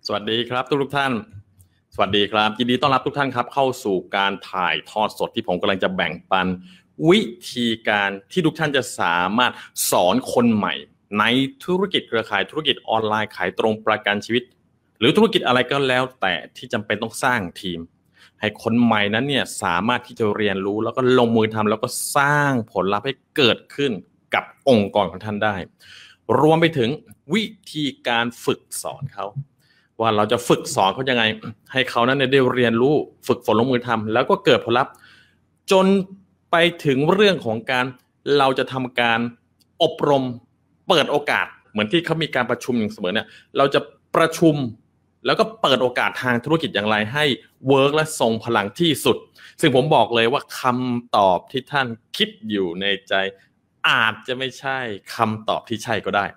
สวัสดีครับทุกท่านสวัสดีครับยินดีต้อนรับทุกท่านครับเข้าสู่การถ่ายทอดสดที่ผมกำลังจะแบ่งปันวิธีการที่ทุกท่านจะสามารถสอนคนใหม่ในธุรกิจเครือข่ายธุรกิจออนไลน์ขายตรงประกันชีวิตหรือธุรกิจอะไรก็แล้วแต่ที่จำเป็นต้องสร้างทีมให้คนใหม่นั้นเนี่ยสามารถที่จะเรียนรู้แล้วก็ลงมือทำแล้วก็สร้างผลลัพธ์ให้เกิดขึ้นกับองค์กรของท่านได้รวมไปถึงวิธีการฝึกสอนเขาว่าเราจะฝึกสอนเขายังไงให้เขานั้นได้เรียนรู้ฝึกฝนลงมือทำแล้วก็เกิดผลลัพธ์จนไปถึงเรื่องของการเราจะทำการอบรมเปิดโอกาสเหมือนที่เขามีการประชุมอย่างเสมอเนี่ยเราจะประชุมแล้วก็เปิดโอกาสทางธุรกิจอย่างไรให้เวิร์กและทรงพลังที่สุดซึ่งผมบอกเลยว่าคำตอบที่ท่านคิดอยู่ในใจอาจจะไม่ใช่คำตอบที่ใช่ก็ได้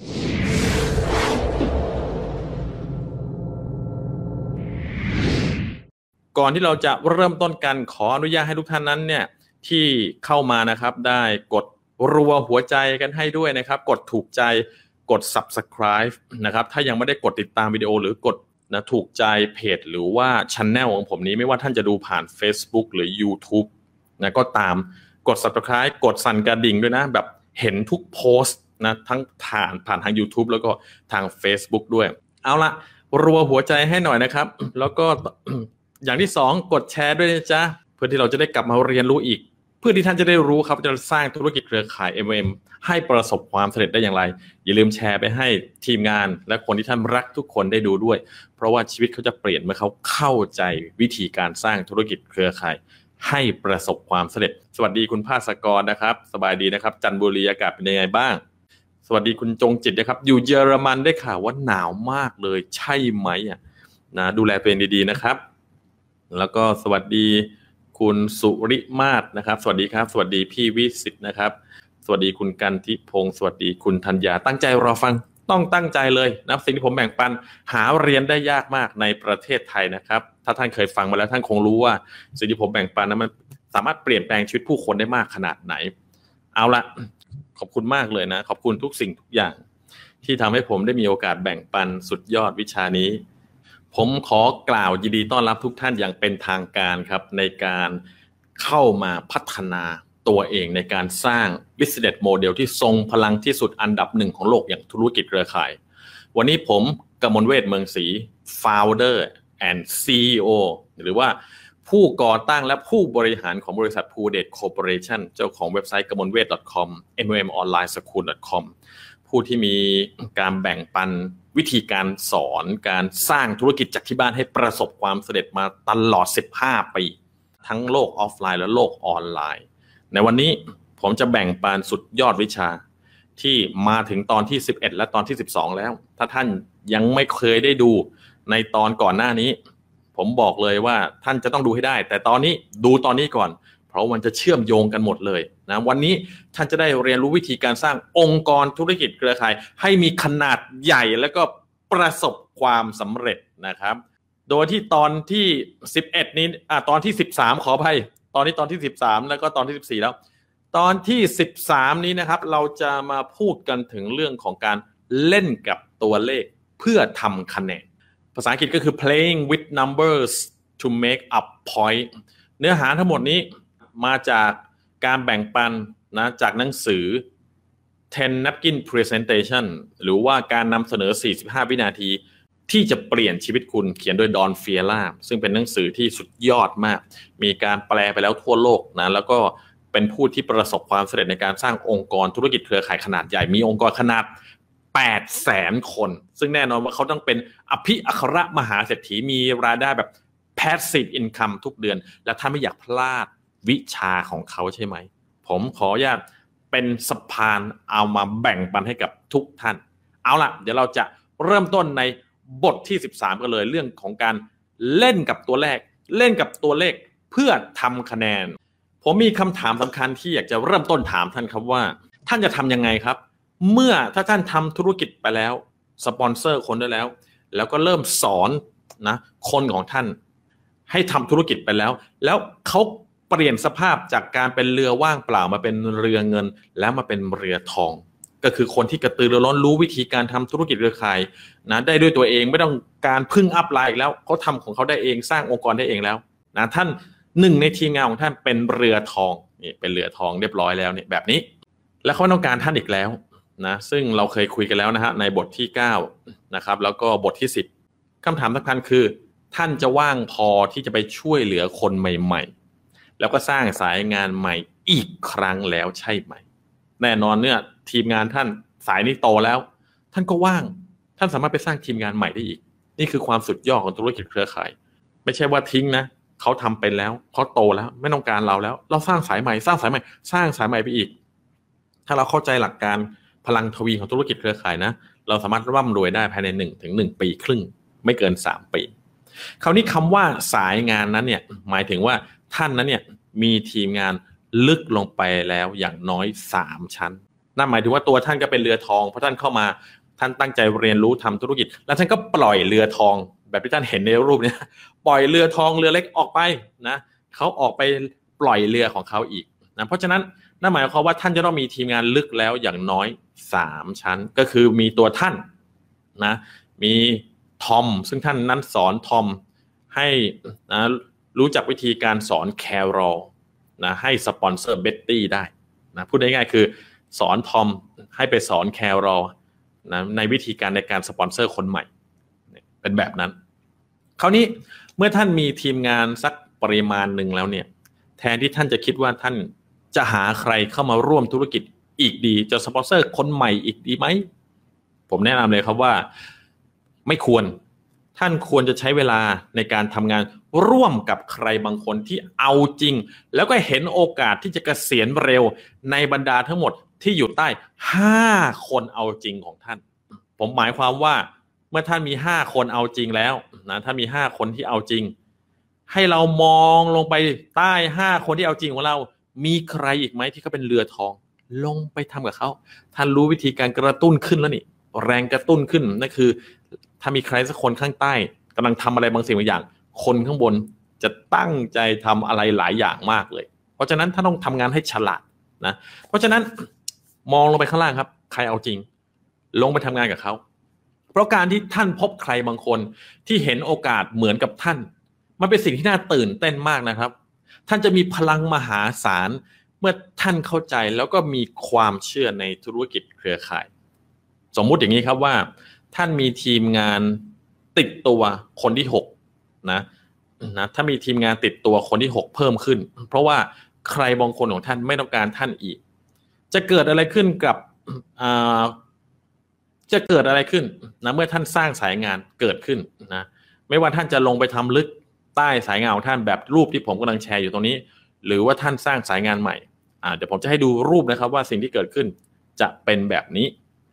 ก่อนที่เราจะเริ่มต้นกันขออนุญาตให้ทุกท่านนั้นเนี่ยที่เข้ามานะครับได้กดรัวหัวใจกันให้ด้วยนะครับกดถูกใจกด Subscribe นะครับถ้ายังไม่ได้กดติดตามวิดีโอหรือกดนะถูกใจเพจหรือว่า Channel ของผมนี้ไม่ว่าท่านจะดูผ่าน Facebook หรือ YouTube นะก็ตามกด Subscribe กดสั่นกระดิ่งด้วยนะแบบเห็นทุกโพสต์นะทั้งผ่านทาง YouTube แล้วก็ทาง Facebook ด้วยเอาละรัวหัวใจให้หน่อยนะครับแล้วก็อย่างที่2กดแชร์ด้วยนะจ๊ะเพื่อที่เราจะได้กลับมาเรียนรู้อีกเพื่อที่ท่านจะได้รู้ครับจะสร้างธุรกิจเครือข่าย MLM ให้ประสบความสำเร็จได้อย่างไรอย่าลืมแชร์ไปให้ทีมงานและคนที่ท่านรักทุกคนได้ดูด้วยเพราะว่าชีวิตเขาจะเปลี่ยนเมื่อเขาเข้าใจวิธีการสร้างธุรกิจเครือข่ายให้ประสบความสำเร็จสวัสดีคุณภาสกรนะครับสบายดีนะครับจันทบุรีอากาศเป็นยังไงบ้างสวัสดีคุณจงจิตนะครับอยู่เยอรมันได้ข่าวว่าหนาวมากเลยใช่ไหมนะดูแลตัวเองดีๆนะครับแล้วก็สวัสดีคุณสุริมาศนะครับสวัสดีครับสวัสดีพี่วิสิตนะครับสวัสดีคุณกันทิพงศ์สวัสดีคุณธัญญาตั้งใจรอฟังต้องตั้งใจเลยนะสิ่งที่ผมแบ่งปันหาเรียนได้ยากมากในประเทศไทยนะครับถ้าท่านเคยฟังมาแล้วท่านคงรู้ว่าสิ่งที่ผมแบ่งปันนั้นมันสามารถเปลี่ยนแปลงชีวิตผู้คนได้มากขนาดไหนเอาละขอบคุณมากเลยนะขอบคุณทุกสิ่งทุกอย่างที่ทำให้ผมได้มีโอกาสแบ่งปันสุดยอดวิชานี้ผมขอกล่าวยินดีต้อนรับทุกท่านอย่างเป็นทางการครับในการเข้ามาพัฒนาตัวเองในการสร้าง Business Model ที่ทรงพลังที่สุดอันดับ1ของโลกอย่างธุรกิจเครือข่ายวันนี้ผมกมลเวชเมืองศรี Founder and CEO หรือว่าผู้ก่อตั้งและผู้บริหารของบริษัท Prudet Corporation เจ้าของเว็บไซต์ gamonwet.com mlmonlineschool.com ผู้ที่มีการแบ่งปันวิธีการสอนการสร้างธุรกิจจากที่บ้านให้ประสบความสำเร็จมาตลอด15ปีทั้งโลกออฟไลน์และโลกออนไลน์ในวันนี้ผมจะแบ่งปันสุดยอดวิชาที่มาถึงตอนที่11และตอนที่12แล้วถ้าท่านยังไม่เคยได้ดูในตอนก่อนหน้านี้ผมบอกเลยว่าท่านจะต้องดูให้ได้แต่ตอนนี้ดูตอนนี้ก่อนเพราะมันจะเชื่อมโยงกันหมดเลยนะวันนี้ท่านจะได้เรียนรู้วิธีการสร้างองค์กรธุรกิจเครือข่ายให้มีขนาดใหญ่แล้วก็ประสบความสำเร็จนะครับโดยที่ตอนที่11นี้ตอนที่13ขออภัยตอนนี้ตอนที่13แล้วก็ตอนที่14แล้วตอนที่13นี้นะครับเราจะมาพูดกันถึงเรื่องของการเล่นกับตัวเลขเพื่อทำคะแนนภาษาอังกฤษก็คือ playing with numbers to make up point เนื้อหาทั้งหมดนี้มาจากการแบ่งปันนะจากหนังสือ 10 napkin presentation หรือว่าการนำเสนอ45วินาทีที่จะเปลี่ยนชีวิตคุณเขียนโดยดอนเฟียร่าซึ่งเป็นหนังสือที่สุดยอดมากมีการแปลไปแล้วทั่วโลกนะแล้วก็เป็นผู้ที่ประสบความสำเร็จในการสร้างองค์กรธุรกิจเครือข่ายขนาดใหญ่มีองค์กรขนาด800,000 คนซึ่งแน่นอนว่าเขาต้องเป็นอภิอัครมหาเศรษฐีมีรายได้แบบ passive income ทุกเดือนและถ้าไม่อยากพลาดวิชาของเขาใช่ไหมผมขออนุญาตเป็นสะพานเอามาแบ่งปันให้กับทุกท่านเอาล่ะเดี๋ยวเราจะเริ่มต้นในบทที่13กันเลยเรื่องของการเล่นกับตัวเลขเพื่อทำคะแนนผมมีคำถามสำคัญที่อยากจะเริ่มต้นถามท่านครับว่าท่านจะทำยังไงครับเมื่อถ้าท่านทำธุรกิจไปแล้วสปอนเซอร์คนได้แล้วก็เริ่มสอนนะคนของท่านให้ทำธุรกิจไปแล้วเขาเปลี่ยนสภาพจากการเป็นเรือว่างเปล่ามาเป็นเรือเงินแล้วมาเป็นเรือทองก็คือคนที่กระตือรือร้นรู้วิธีการทำธุรกิจเครือข่ายนะได้ด้วยตัวเองไม่ต้องการพึ่งอัพไลน์อีกแล้วเขาทำของเขาได้เองสร้างองค์กรได้เองแล้วนะท่านหนึ่งในทีมงานของท่านเป็นเรือทองนี่เป็นเรือทองเรียบร้อยแล้วเนี่ยแบบนี้แล้วเขาไม่ต้องการท่านอีกแล้วนะซึ่งเราเคยคุยกันแล้วนะฮะในบทที่9นะครับแล้วก็บทที่10คำถามสำคัญคือท่านจะว่างพอที่จะไปช่วยเหลือคนใหม่ๆแล้วก็สร้างสายงานใหม่อีกครั้งแล้วใช่ไหมแน่นอนเนี่ยทีมงานท่านสายนี้โตแล้วท่านก็ว่างท่านสามารถไปสร้างทีมงานใหม่ได้อีกนี่คือความสุดยอดของธุรกิจเครือข่ายไม่ใช่ว่าทิ้งนะเขาทำเป็นแล้วเขาโตแล้วไม่ต้องการเราแล้วเราสร้างสายใหม่สร้างสายใหม่สร้างสายใหม่ไปอีกถ้าเราเข้าใจหลักการพลังทวีของธุรกิจเครือข่ายนะเราสามารถร่ำรวยได้ภายใน1 ถึง 1 ปีครึ่งไม่เกิน3 ปีคราวนี้คำว่าสายงานนั้นเนี่ยหมายถึงว่าท่านนั้นเนี่ยมีทีมงานลึกลงไปแล้วอย่างน้อย3 ชั้นนั่นหมายถึงว่าตัวท่านก็เป็นเรือทองเพราะท่านเข้ามาท่านตั้งใจเรียนรู้ทำธุรกิจแล้วท่านก็ปล่อยเรือทองแบบที่ท่านเห็นในรูปนี้ปล่อยเรือทองเรือเล็กออกไปนะเขาออกไปปล่อยเรือของเขาอีกนะเพราะฉะนั้นนั่นหมายความว่าท่านจะต้องมีทีมงานลึกแล้วอย่างน้อย3 ชั้นก็คือมีตัวท่านนะมีทอมซึ่งท่านนั้นสอนทอมให้นะรู้จักวิธีการสอนแคโรลนะให้สปอนเซอร์เบ็ตตี้ได้นะพูดง่ายๆคือสอนทอมให้ไปสอนแคโรลนะในวิธีการในการสปอนเซอร์คนใหม่เป็นแบบนั้นคราวนี้เมื่อท่านมีทีมงานสักปริมาณหนึ่งแล้วเนี่ยแทนที่ท่านจะคิดว่าท่านจะหาใครเข้ามาร่วมธุรกิจอีกดีจะสปอนเซอร์คนใหม่อีกดีไหมผมแนะนำเลยครับว่าไม่ควรท่านควรจะใช้เวลาในการทำงานร่วมกับใครบางคนที่เอาจริงแล้วก็เห็นโอกาสที่จะเกษียณเร็วในบรรดาทั้งหมดที่อยู่ใต้5 คนเอาจริงของท่านผมหมายความว่าเมื่อท่านมี5 คนเอาจริงแล้วนะถ้ามี5 คนที่เอาจริงให้เรามองลงไปใต้5 คนที่เอาจริงของเรามีใครอีกไหมที่เขาเป็นเรือทองลงไปทำกับเขาท่านรู้วิธีการกระตุ้นขึ้นแล้วนี่แรงกระตุ้นขึ้นนั่นคือถ้ามีใครสักคนข้างใต้กำลังทำอะไรบางสิ่งบางอย่างคนข้างบนจะตั้งใจทำอะไรหลายอย่างมากเลยเพราะฉะนั้นท่านต้องทำงานให้ฉลาดนะเพราะฉะนั้นมองลงไปข้างล่างครับใครเอาจริงลงไปทำงานกับเขาเพราะการที่ท่านพบใครบางคนที่เห็นโอกาสเหมือนกับท่านมันเป็นสิ่งที่น่าตื่นเต้นมากนะครับท่านจะมีพลังมหาศาลเมื่อท่านเข้าใจแล้วก็มีความเชื่อในธุรกิจเครือข่ายสมมุติอย่างนี้ครับว่าท่านมีทีมงานติดตัวคนที่6นะถ้ามีทีมงานติดตัวคนที่6เพิ่มขึ้นเพราะว่าใครบางคนของท่านไม่ต้องการท่านอีกจะเกิดอะไรขึ้นกับจะเกิดอะไรขึ้นนะเมื่อท่านสร้างสายงานเกิดขึ้นนะไม่ว่าท่านจะลงไปทำลึกใต้สายงานของท่านแบบรูปที่ผมกำลังแชร์อยู่ตรงนี้หรือว่าท่านสร้างสายงานใหม่เดี๋ยวผมจะให้ดูรูปนะครับว่าสิ่งที่เกิดขึ้นจะเป็นแบบนี้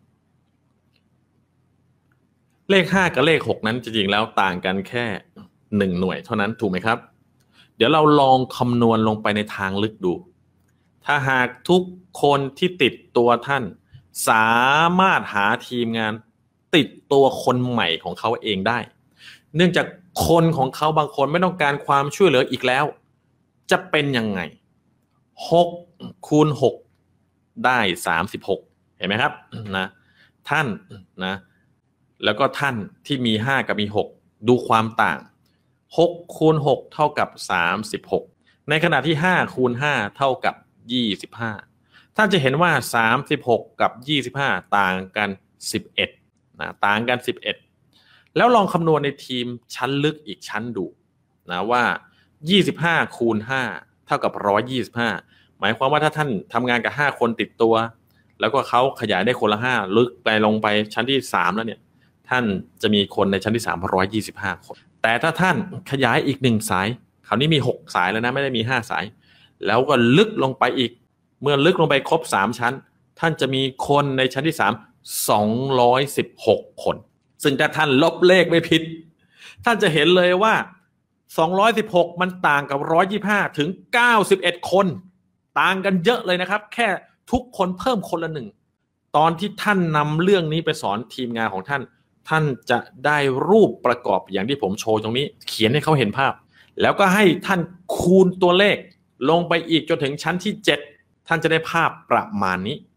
เลข5กับเลข6นั้นจริงๆแล้วต่างกันแค่1 หน่วยเท่านั้นถูกไหมครับเดี๋ยวเราลองคำนวณลงไปในทางลึกดูถ้าหากทุกคนที่ติดตัวท่านสามารถหาทีมงานติดตัวคนใหม่ของเขาเองได้เนื่องจากคนของเขาบางคนไม่ต้องการความช่วยเหลืออีกแล้วจะเป็นยังไง6 คูณ 6ได้36เห็นไหมครับนะท่านนะแล้วก็ท่านที่มี5กับมี6ดูความต่าง6 คูณ 6เท่ากับ36ในขณะที่5 คูณ 5เท่ากับ25ท่านจะเห็นว่า36กับ25ต่างกัน11นะต่างกัน11แล้วลองคำนวณในทีมชั้นลึกอีกชั้นดูนะว่า25คูณ5เท่ากับ125หมายความว่าถ้าท่านทำงานกับ5 คนติดตัวแล้วก็เขาขยายได้คนละ5ลึกไปลงไปชั้นที่3แล้วเนี่ยท่านจะมีคนในชั้นที่3 125 คนแต่ถ้าท่านขยายอีก1 สายคราวนี้มี6 สายแล้วนะไม่ได้มี5 สายแล้วก็ลึกลงไปอีกเมื่อลึกลงไปครบ3 ชั้นท่านจะมีคนในชั้นที่3 216 คนซึ่งถ้าท่านลบเลขไม่ผิดท่านจะเห็นเลยว่า216มันต่างกับ125ถึง91 คนต่างกันเยอะเลยนะครับแค่ทุกคนเพิ่มคนละ1ตอนที่ท่านนำเรื่องนี้ไปสอนทีมงานของท่านท่านจะได้รูปประกอบอย่างที่ผมโชว์ตรงนี้เขียนให้เขาเห็นภาพแล้วก็ให้ท่านคูณตัวเลขลงไปอีกจนถึงชั้นที่7ท่านจะได้ภาพประมาณนี้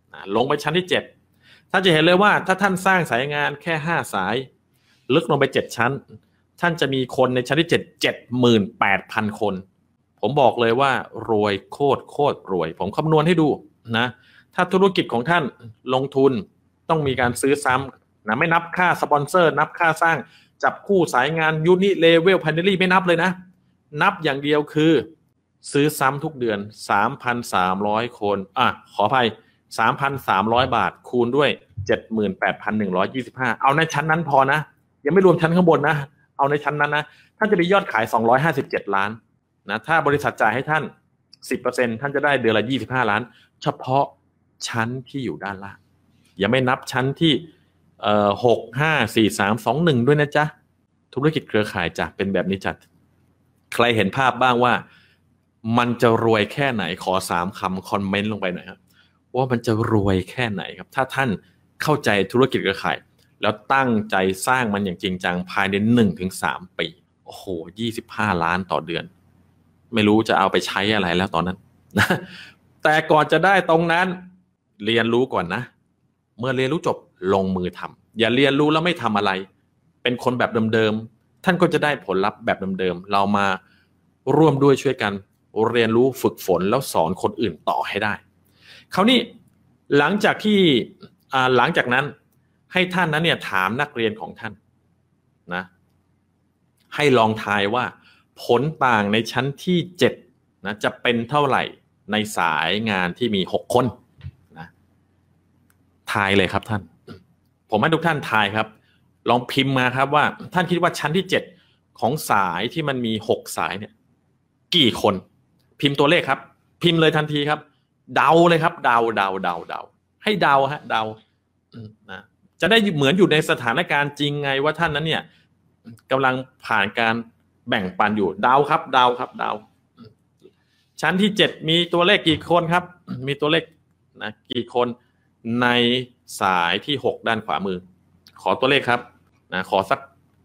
ลงไปชั้นที่7ท่านจะเห็นเลยว่าถ้าท่านสร้างสายงานแค่5สายลึกลงไป7ชั้นท่านจะมีคนในชั้นที่78,000 คนผมบอกเลยว่ารวยโคตรรวยผมคำนวณให้ดูนะถ้าธุรกิจของท่านลงทุนต้องมีการซื้อซ้ำนะไม่นับค่าสปอนเซอร์นับค่าสร้างจับคู่สายงานยูนิเลเวลพันเนลี่ไม่นับเลยนะนับอย่างเดียวคือซื้อซ้ำทุกเดือน 3,300 คนขออภัย 3,300 บาทคูณด้วย 78,125 เอาในชั้นนั้นพอนะยังไม่รวมชั้นข้างบนนะเอาในชั้นนั้นนะท่านจะมียอดขาย257ล้านนะถ้าบริษัทจ่ายให้ท่าน 10% ท่านจะได้เดือนละ25ล้านเฉพาะชั้นที่อยู่ด้านล่างอย่าไม่นับชั้นที่6 5 4 3 2 1ด้วยนะจ๊ะธุรกิจเครือข่ายจะเป็นแบบนี้จัดใครเห็นภาพบ้างว่ามันจะรวยแค่ไหนขอ3คำคอมเมนต์ลงไปหน่อยครับว่ามันจะรวยแค่ไหนครับถ้าท่านเข้าใจธุรกิจเครือข่ายแล้วตั้งใจสร้างมันอย่างจริงจังภายใน 1-3 ปีโอ้โห25ล้านต่อเดือนไม่รู้จะเอาไปใช้อะไรแล้วตอนนั้นนะแต่ก่อนจะได้ตรงนั้นเรียนรู้ก่อนนะเมื่อเรียนรู้จบลงมือทำอย่าเรียนรู้แล้วไม่ทำอะไรเป็นคนแบบเดิมๆท่านก็จะได้ผลลัพธ์แบบเดิมๆเรามาร่วมด้วยช่วยกันเรียนรู้ฝึกฝนแล้วสอนคนอื่นต่อให้ได้คราวนี้หลังจากนั้นให้ท่านนั้นเนี่ยถามนักเรียนของท่านนะให้ลองทายว่าผลต่างในชั้นที่7นะจะเป็นเท่าไหร่ในสายงานที่มี6คนนะทายเลยครับท่านผมให้ทุกท่านทายครับลองพิมพ์มาครับว่าท่านคิดว่าชั้นที่7ของสายที่มันมี6สายเนี่ยกี่คนพิมพ์ตัวเลขครับพิมพ์เลยทันทีครับเดาเลยครับเดาให้เดาฮะเดานะจะได้เหมือนอยู่ในสถานการณ์จริงไงว่าท่านนั้นเนี่ยกำลังผ่านการแบ่งปันอยู่เดาครับเดาชั้นที่7มีตัวเลขกี่คนครับมีตัวเลขนะกี่คนในสายที่6ด้านขวามือขอตัวเลขครับนะขอสัก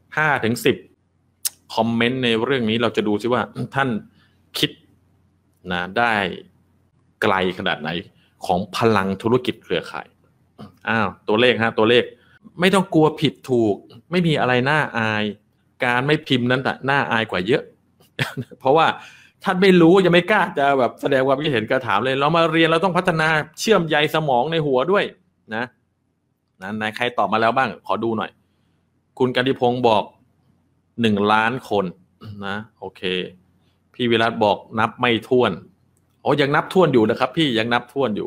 5-10คอมเมนต์ในเรื่องนี้เราจะดูซิว่าท่านคิดนะได้ไกลขนาดไหนของพลังธุรกิจเครือข่ายตัวเลขตัวเลขไม่ต้องกลัวผิดถูกไม่มีอะไรน่าอายการไม่พิมพ์นั้นน่าอายกว่าเยอะ เพราะว่าท่านไม่รู้ยังไม่กล้าจะแบบแสดงความคิดเห็นก็ถามเลยเรามาเรียนเราต้องพัฒนาเชื่อมใยสมองในหัวด้วยนะนายใครตอบมาแล้วบ้างขอดูหน่อยคุณกันติพงศ์บอก1 ล้านคนนะโอเคพี่วิรัตบอกนับไม่ถ้วนยังนับถ้วนอยู่นะครับพี่ยังนับถ้วนอยู่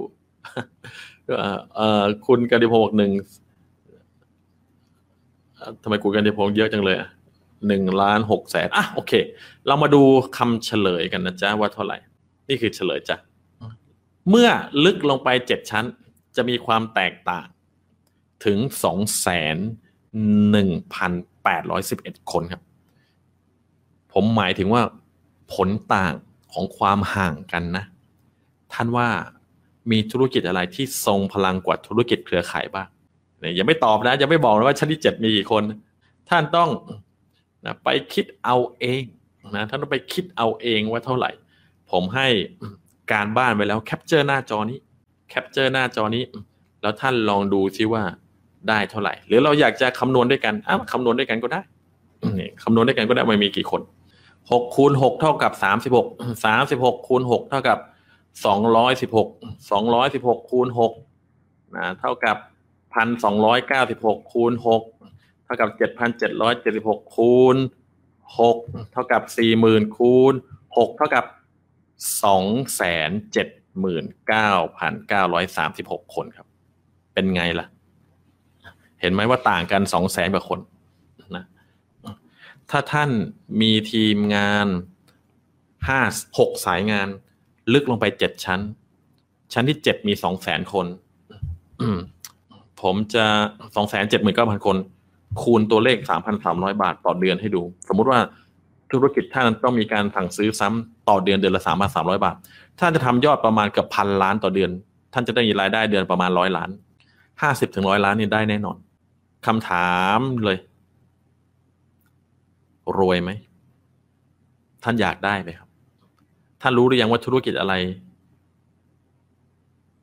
คุณกันติพงศ์บอกทำไมคุณกันติพงศ์เยอะจังเลย1,600,000โอเคเรามาดูคำเฉลยกันนะจ๊ะว่าเท่าไหร่นี่คือเฉลยจ้ะเมื่อลึกลงไป7ชั้นจะมีความแตกต่างถึง 211,811 คนครับผมหมายถึงว่าผลต่างของความห่างกันนะท่านว่ามีธุรกิจอะไรที่ทรงพลังกว่าธุรกิจเครือข่ายบ้างเนี่ยอย่าไม่ตอบนะอย่าไม่บอกนะว่าชั้นที่7มีกี่คนท่านต้องนะไปคิดเอาเองนะท่านต้องไปคิดเอาเองว่าเท่าไหร่ผมให้การบ้านไว้แล้วแคปเจอร์หน้าจอนี้แล้วท่านลองดูซิว่าได้เท่าไหร่หรือเราอยากจะคำนวณด้วยกันคำนวณด้วยกันก็ได้นี่คำนวณด้วยกันก็ได้มันมีกี่คน6 คูณ 6เท่ากับ36คูณ 6เท่ากับ216คูณ6นะเท่ากับ 1,296 คูณ 6เท่ากับ 7,776 คูณ 6เท่ากับ 40,000 คูณ 6เท่ากับ 279,936 คนครับเป็นไงล่ะเห็นไหมว่าต่างกัน 200,000 กว่าคนนะถ้าท่านมีทีมงาน6สายงานลึกลงไป7ชั้นที่7มี 200,000 คนผมจะ 279,000 คนคูณตัวเลข 3,300 บาทต่อเดือนให้ดูสมมุติว่าธุรกิจท่านต้องมีการสั่งซื้อซ้ำต่อเดือนละ 3,300 บาทท่านจะทำยอดประมาณเกือบ1,000 ล้านต่อเดือนท่านจะได้มีรายได้เดือนประมาณ100 ล้าน50-100 ล้านนี่ได้แน่นอนคำถามเลยรวยไหมท่านอยากได้ไหมครับท่านรู้หรือยังว่าธุรกิจอะไร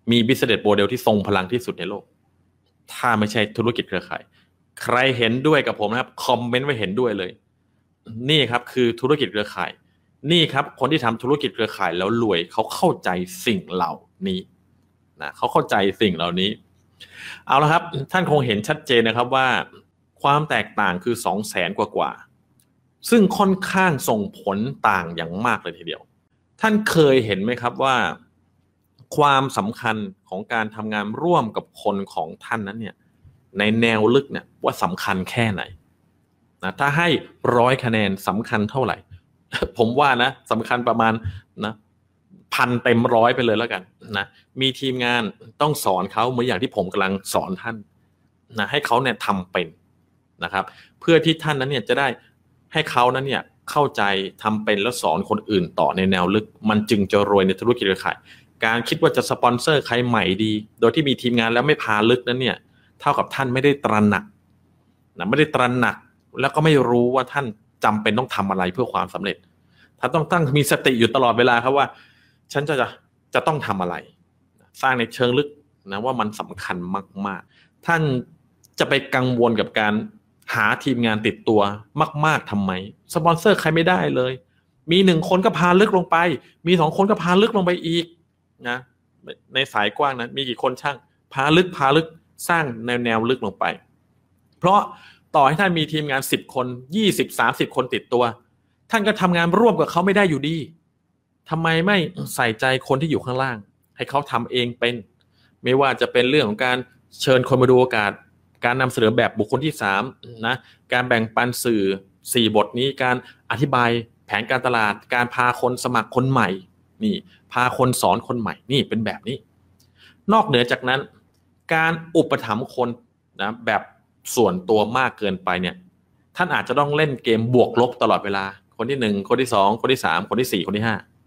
มี business model ที่ทรงพลังที่สุดในโลกถ้าไม่ใช่ธุรกิจเครือข่ายใครเห็นด้วยกับผมนะครับคอมเมนต์ไว้เห็นด้วยเลยนี่ครับคือธุรกิจเครือข่ายนี่ครับคนที่ทำธุรกิจเครือข่ายแล้วรวยเขาเข้าใจสิ่งเหล่านี้นะเขาเข้าใจสิ่งเหล่านี้เอาละครับท่านคงเห็นชัดเจนนะครับว่าความแตกต่างคือ 200,000 กว่าซึ่งค่อนข้างส่งผลต่างอย่างมากเลยทีเดียวท่านเคยเห็นไหมครับว่าความสำคัญของการทำงานร่วมกับคนของท่านนั้นเนี่ยในแนวลึกเนี่ยว่าสำคัญแค่ไหนนะถ้าให้100 คะแนนสำคัญเท่าไหร่ ผมว่านะสำคัญประมาณนะ1,000 เต็ม 100ไปเลยแล้วกันนะมีทีมงานต้องสอนเขาเหมือนอย่างที่ผมกำลังสอนท่านนะให้เขาเนี่ยทำเป็นนะครับเพื่อที่ท่านนั้นเนี่ยจะได้ให้เขานั้นเนี่ยเข้าใจทำเป็นแล้วสอนคนอื่นต่อในแนวลึกมันจึงจะรวยในธุรกิจเครือข่ายการคิดว่าจะสปอนเซอร์ใครใหม่ดีโดยที่มีทีมงานแล้วไม่พาลึกนั้นเนี่ยเท่ากับท่านไม่ได้ตระหนักนะไม่ได้ตระหนักแล้วก็ไม่รู้ว่าท่านจำเป็นต้องทำอะไรเพื่อความสำเร็จท่านต้องตั้งมีสติอยู่ตลอดเวลาครับว่าฉันจะต้องทำอะไรสร้างในเชิงลึกนะว่ามันสำคัญมากๆท่านจะไปกังวลกับการหาทีมงานติดตัวมากๆทำไมสปอนเซอร์ใครไม่ได้เลยมี1 คนก็พาลึกลงไปมี2 คนก็พาลึกลงไปอีกนะในสายกว้างนั้นมีกี่คนช่างพาลึกสร้างแนวลึกลงไปเพราะต่อให้ท่านมีทีมงาน10 คน20 30 คนติดตัวท่านก็ทำงานร่วมกับเขาไม่ได้อยู่ดีทำไมไม่ใส่ใจคนที่อยู่ข้างล่างให้เขาทำเองเป็นไม่ว่าจะเป็นเรื่องของการเชิญคนมาดูโอกาสการนำเสนอแบบบุคคลที่3นะการแบ่งปันสื่อ4 บทนี้การอธิบายแผนการตลาดการพาคนสมัครคนใหม่นี่พาคนสอนคนใหม่นี่เป็นแบบนี้นอกเหนือจากนั้นการอุปถัมภ์คนนะแบบส่วนตัวมากเกินไปเนี่ยท่านอาจจะต้องเล่นเกมบวกลบตลอดเวลาคนที่1คนที่2คนที่3คนที่4คนที่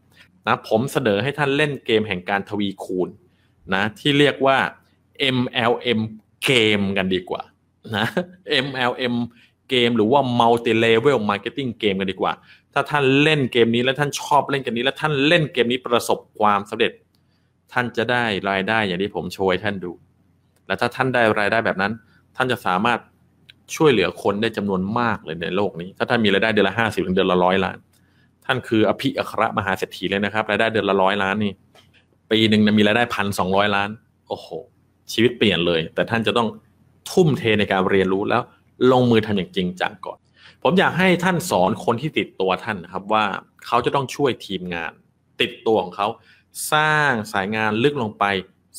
5นะผมเสนอให้ท่านเล่นเกมแห่งการทวีคูณนะที่เรียกว่า MLM เกมกันดีกว่านะ MLM เกมหรือว่า Multi Level Marketing เกมกันดีกว่าถ้าท่านเล่นเกมนี้แล้วท่านชอบเล่นเกมนี้แล้วท่านเล่นเกมนี้ประสบความสำเร็จท่านจะได้รายได้อย่างที่ผมโชว์ให้ท่านดูและถ้าท่านได้รายได้แบบนั้นท่านจะสามารถช่วยเหลือคนได้จำนวนมากเลยในโลกนี้ถ้าท่านมีรายได้เดือนละ50 ถึงเดือนละ100 ล้านท่านคืออภิอัครมหาเศรษฐีเลยนะครับรายได้เดือนละ100 ล้านนี่ปีหนึ่งมีรายได้1,200 ล้านโอ้โหชีวิตเปลี่ยนเลยแต่ท่านจะต้องทุ่มเทในการเรียนรู้แล้วลงมือทำอย่างจริงจังก่อนผมอยากให้ท่านสอนคนที่ติดตัวท่านนะครับว่าเขาจะต้องช่วยทีมงานติดตัวของเขาสร้างสายงานลึกลงไป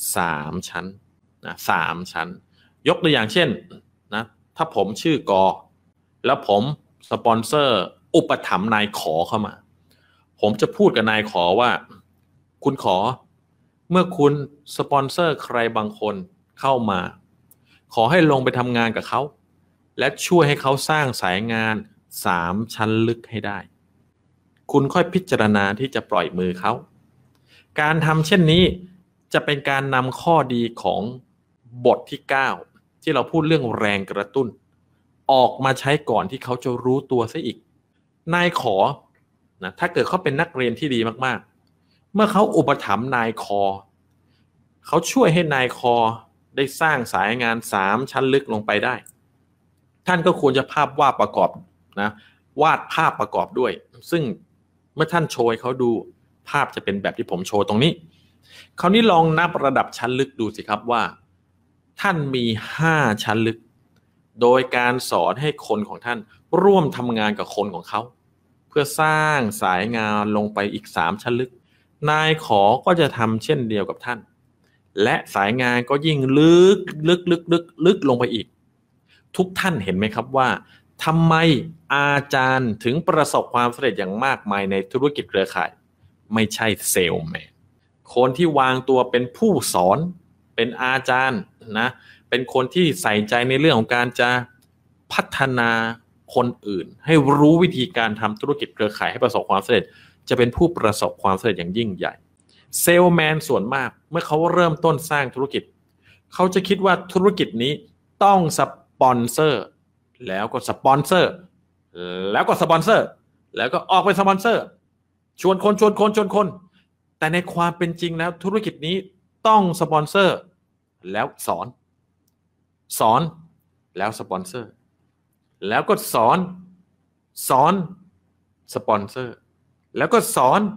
3 ชั้นนะ3 ชั้นยกตัวอย่างเช่นนะถ้าผมชื่อกอแล้วผมสปอนเซอร์อุปถัมภ์นายขอเข้ามาผมจะพูดกับนายขอว่าคุณขอเมื่อคุณสปอนเซอร์ใครบางคนเข้ามาขอให้ลงไปทำงานกับเขาและช่วยให้เขาสร้างสายงาน3 ชั้นลึกให้ได้คุณค่อยพิจารณาที่จะปล่อยมือเขาการทำเช่นนี้จะเป็นการนำข้อดีของบทที่9ที่เราพูดเรื่องแรงกระตุ้นออกมาใช้ก่อนที่เขาจะรู้ตัวซะอีกนายขอนะถ้าเกิดเขาเป็นนักเรียนที่ดีมากๆเมื่อเขาอุปถัมภ์นายคอเขาช่วยให้นายคอได้สร้างสายงาน3 ชั้นลึกลงไปได้ท่านก็ควรจะวาดภาพประกอบด้วยซึ่งเมื่อท่านโชว์ให้เขาดูภาพจะเป็นแบบที่ผมโชว์ตรงนี้คราวนี้ลองนับระดับชั้นลึกดูสิครับว่าท่านมี5 ชั้นลึกโดยการสอนให้คนของท่านร่วมทำงานกับคนของเขาเพื่อสร้างสายงานลงไปอีก3 ชั้นลึกนายขอก็จะทำเช่นเดียวกับท่านและสายงานก็ยิ่งลึกลงไปอีกทุกท่านเห็นไหมครับว่าทำไมอาจารย์ถึงประสบความสำเร็จอย่างมากมายในธุรกิจเครือข่ายไม่ใช่เซลส์แมนคนที่วางตัวเป็นผู้สอนเป็นอาจารย์นะเป็นคนที่ใส่ใจในเรื่องของการจะพัฒนาคนอื่นให้รู้วิธีการทำธุรกิจเครือข่ายให้ประสบความสำเร็จจะเป็นผู้ประสบความสำเร็จอย่างยิ่งใหญ่เซลส์แมนส่วนมากเมื่อเขาเริ่มต้นสร้างธุรกิจเขาจะคิดว่าธุรกิจนี้ต้องสปอนเซอร์แล้วก็สปอนเซอร์แล้วก็สปอนเซอร์แล้วก็ออกไปสปอนเซอร์ชวนคนแต่ในความเป็นจริงแล้วธุรกิจนี้ต้องสปอนเซอร์แล้วสอนแล้วสปอนเซอร์แล้วก็สอนสปอนเซอร์แล้วก็สอน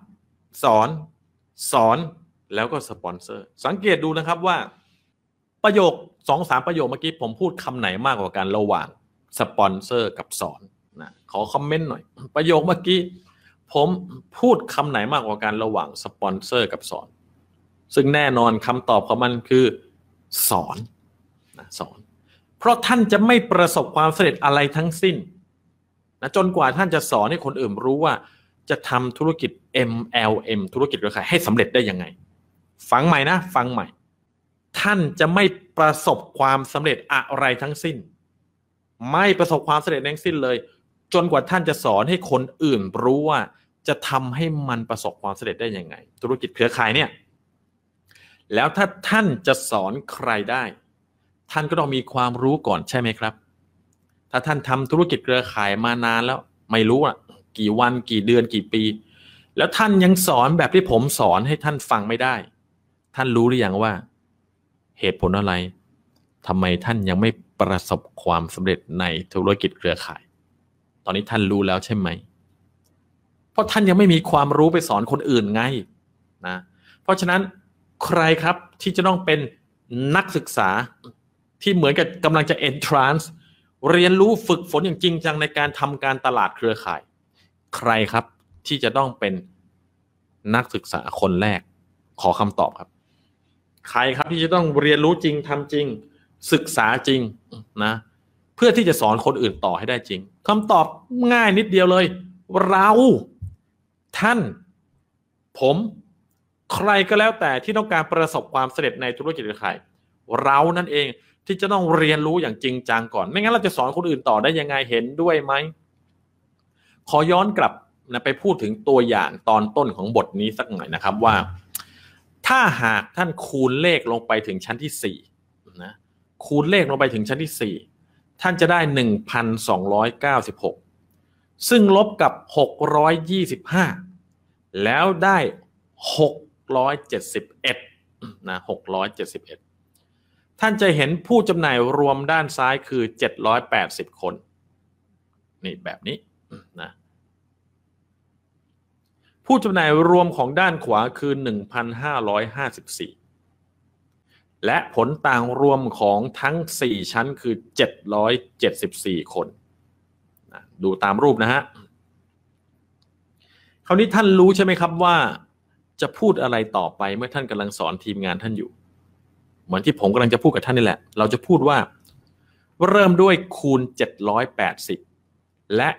แล้วก็สปอนเซอร์สังเกตดูนะครับว่าประโยค 2-3 ประโยคเมื่อกี้ผมพูดคำไหนมากกว่ากันระหว่างสปอนเซอร์กับสอนนะขอคอมเมนต์หน่อยประโยคเมื่อกี้ผมพูดคำไหนมากกว่ากันระหว่างสปอนเซอร์กับสอนซึ่งแน่นอนคำตอบของมันคือสอนเพราะท่านจะไม่ประสบความสำเร็จอะไรทั้งสิ้นนะจนกว่าท่านจะสอนให้คนอื่นรู้ว่าจะทำธุรกิจ MLM ธุรกิจเครือข่ายให้สำเร็จได้ยังไงฟังใหม่ท่านจะไม่ประสบความสำเร็จอะไรทั้งสิ้นไม่ประสบความสำเร็จทั้งสิ้นเลยจนกว่าท่านจะสอนให้คนอื่นรู้ว่าจะทำให้มันประสบความสำเร็จได้ยังไงธุรกิจเครือข่ายเนี่ยแล้วถ้าท่านจะสอนใครได้ท่านก็ต้องมีความรู้ก่อนใช่ไหมครับถ้าท่านทำธุรกิจเครือข่ายมานานแล้วไม่รู้อ่ะกี่วันกี่เดือนกี่ปีแล้วท่านยังสอนแบบที่ผมสอนให้ท่านฟังไม่ได้ท่านรู้หรือยังว่าเหตุผลอะไรทำไมท่านยังไม่ประสบความสำเร็จในธุรกิจเครือข่ายตอนนี้ท่านรู้แล้วใช่ไหมเพราะท่านยังไม่มีความรู้ไปสอนคนอื่นไงนะเพราะฉะนั้นใครครับที่จะต้องเป็นนักศึกษาที่เหมือนกับกำลังจะ entrance เรียนรู้ฝึกฝนอย่างจริงจังในการทำการตลาดเครือข่ายใครครับที่จะต้องเป็นนักศึกษาคนแรกขอคำตอบครับใครครับที่จะต้องเรียนรู้จริงทำจริงศึกษาจริงนะเพื่อที่จะสอนคนอื่นต่อให้ได้จริงคำตอบง่ายนิดเดียวเลยเราท่านผมใครก็แล้วแต่ที่ต้องการประสบความสำเร็จในธุรกิจเครือข่ายเรานั่นเองที่จะต้องเรียนรู้อย่างจริงจังก่อนไม่งั้นเราจะสอนคนอื่นต่อได้ยังไงเห็นด้วยไหมขอย้อนกลับนะไปพูดถึงตัวอย่างตอนต้นของบทนี้สักหน่อยนะครับว่าถ้าหากท่านคูณเลขลงไปถึงชั้นที่4นะคูณเลขลงไปถึงชั้นที่4ท่านจะได้ 1,296 ซึ่งลบกับ625แล้วได้671นะ671ท่านจะเห็นผู้จำหน่ายรวมด้านซ้ายคือ780คนนี่แบบนี้นะผู้จำหน่ายรวมของด้านขวาคือ 1,554 และผลต่างรวมของทั้ง4ชั้นคือ774คนนะดูตามรูปนะฮะคราวนี้ท่านรู้ใช่ไหมครับว่าจะพูดอะไรต่อไปเมื่อท่านกำลังสอนทีมงานท่านอยู่เหมือนที่ผมกำลังจะพูดกับท่านนี่แหละเราจะพูดว่าเริ่มด้วยคูณ780และ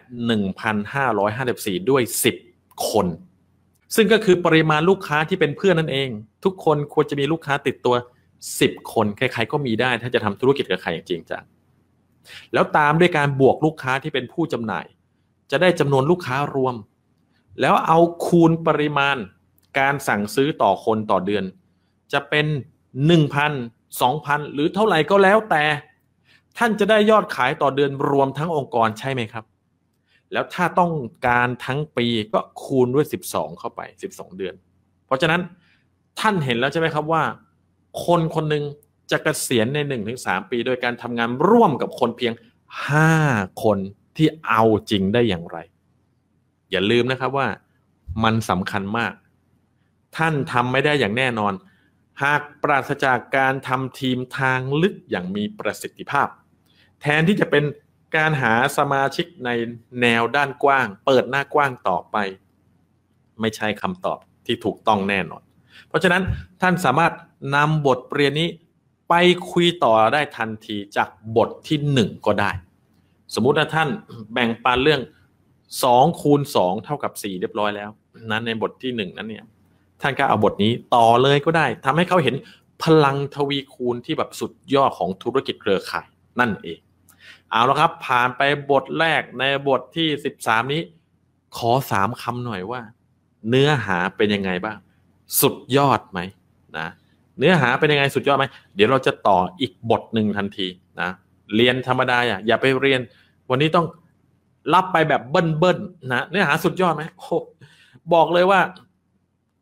1,554 ด้วย10คนซึ่งก็คือปริมาณลูกค้าที่เป็นเพื่อนนั่นเองทุกคนควรจะมีลูกค้าติดตัว10คนใครๆก็มีได้ถ้าจะทำธุรกิจกับใครอย่างจริงจังแล้วตามด้วยการบวกลูกค้าที่เป็นผู้จำหน่ายจะได้จำนวนลูกค้ารวมแล้วเอาคูณปริมาณการสั่งซื้อต่อคนต่อเดือนจะเป็น 1,000 2,000 หรือเท่าไหร่ก็แล้วแต่ท่านจะได้ยอดขายต่อเดือนรวมทั้งองค์กรใช่ไหมครับแล้วถ้าต้องการทั้งปีก็คูณด้วย12เข้าไป12เดือนเพราะฉะนั้นท่านเห็นแล้วใช่ไหมครับว่าคนคนหนึ่งจะเกษียณใน 1-3 ปีโดยการทำงานร่วมกับคนเพียง5คนที่เอาจริงได้อย่างไรอย่าลืมนะครับว่ามันสำคัญมากท่านทำไม่ได้อย่างแน่นอนหากปราศจากการทำทีมทางลึกอย่างมีประสิทธิภาพแทนที่จะเป็นการหาสมาชิกในแนวด้านกว้างเปิดหน้ากว้างต่อไปไม่ใช่คำตอบที่ถูกต้องแน่นอนเพราะฉะนั้นท่านสามารถนำบทเรียนนี้ไปคุยต่อได้ทันทีจากบทที่1ก็ได้สมมุติว่าท่านแบ่งปันเรื่อง2คูณ2เท่ากับ4เรียบร้อยแล้วนั้นในบทที่1นั้นเนี่ยท่านก็เอาบทนี้ต่อเลยก็ได้ทำให้เขาเห็นพลังทวีคูณที่แบบสุดยอดของธุรกิจเครือข่ายนั่นเองเอาละครับผ่านไปบทแรกในบทที่13นี้ขอ3คำหน่อยว่าเนื้อหาเป็นยังไงบ้างสุดยอดไหมนะเนื้อหาเป็นยังไงสุดยอดไหมเดี๋ยวเราจะต่ออีกบทหนึ่งทันทีนะเรียนธรรมดาอย่าไปเรียนวันนี้ต้องรับไปแบบเบิ้ลนะเนื้อหาสุดยอดไหมโอ้บอกเลยว่า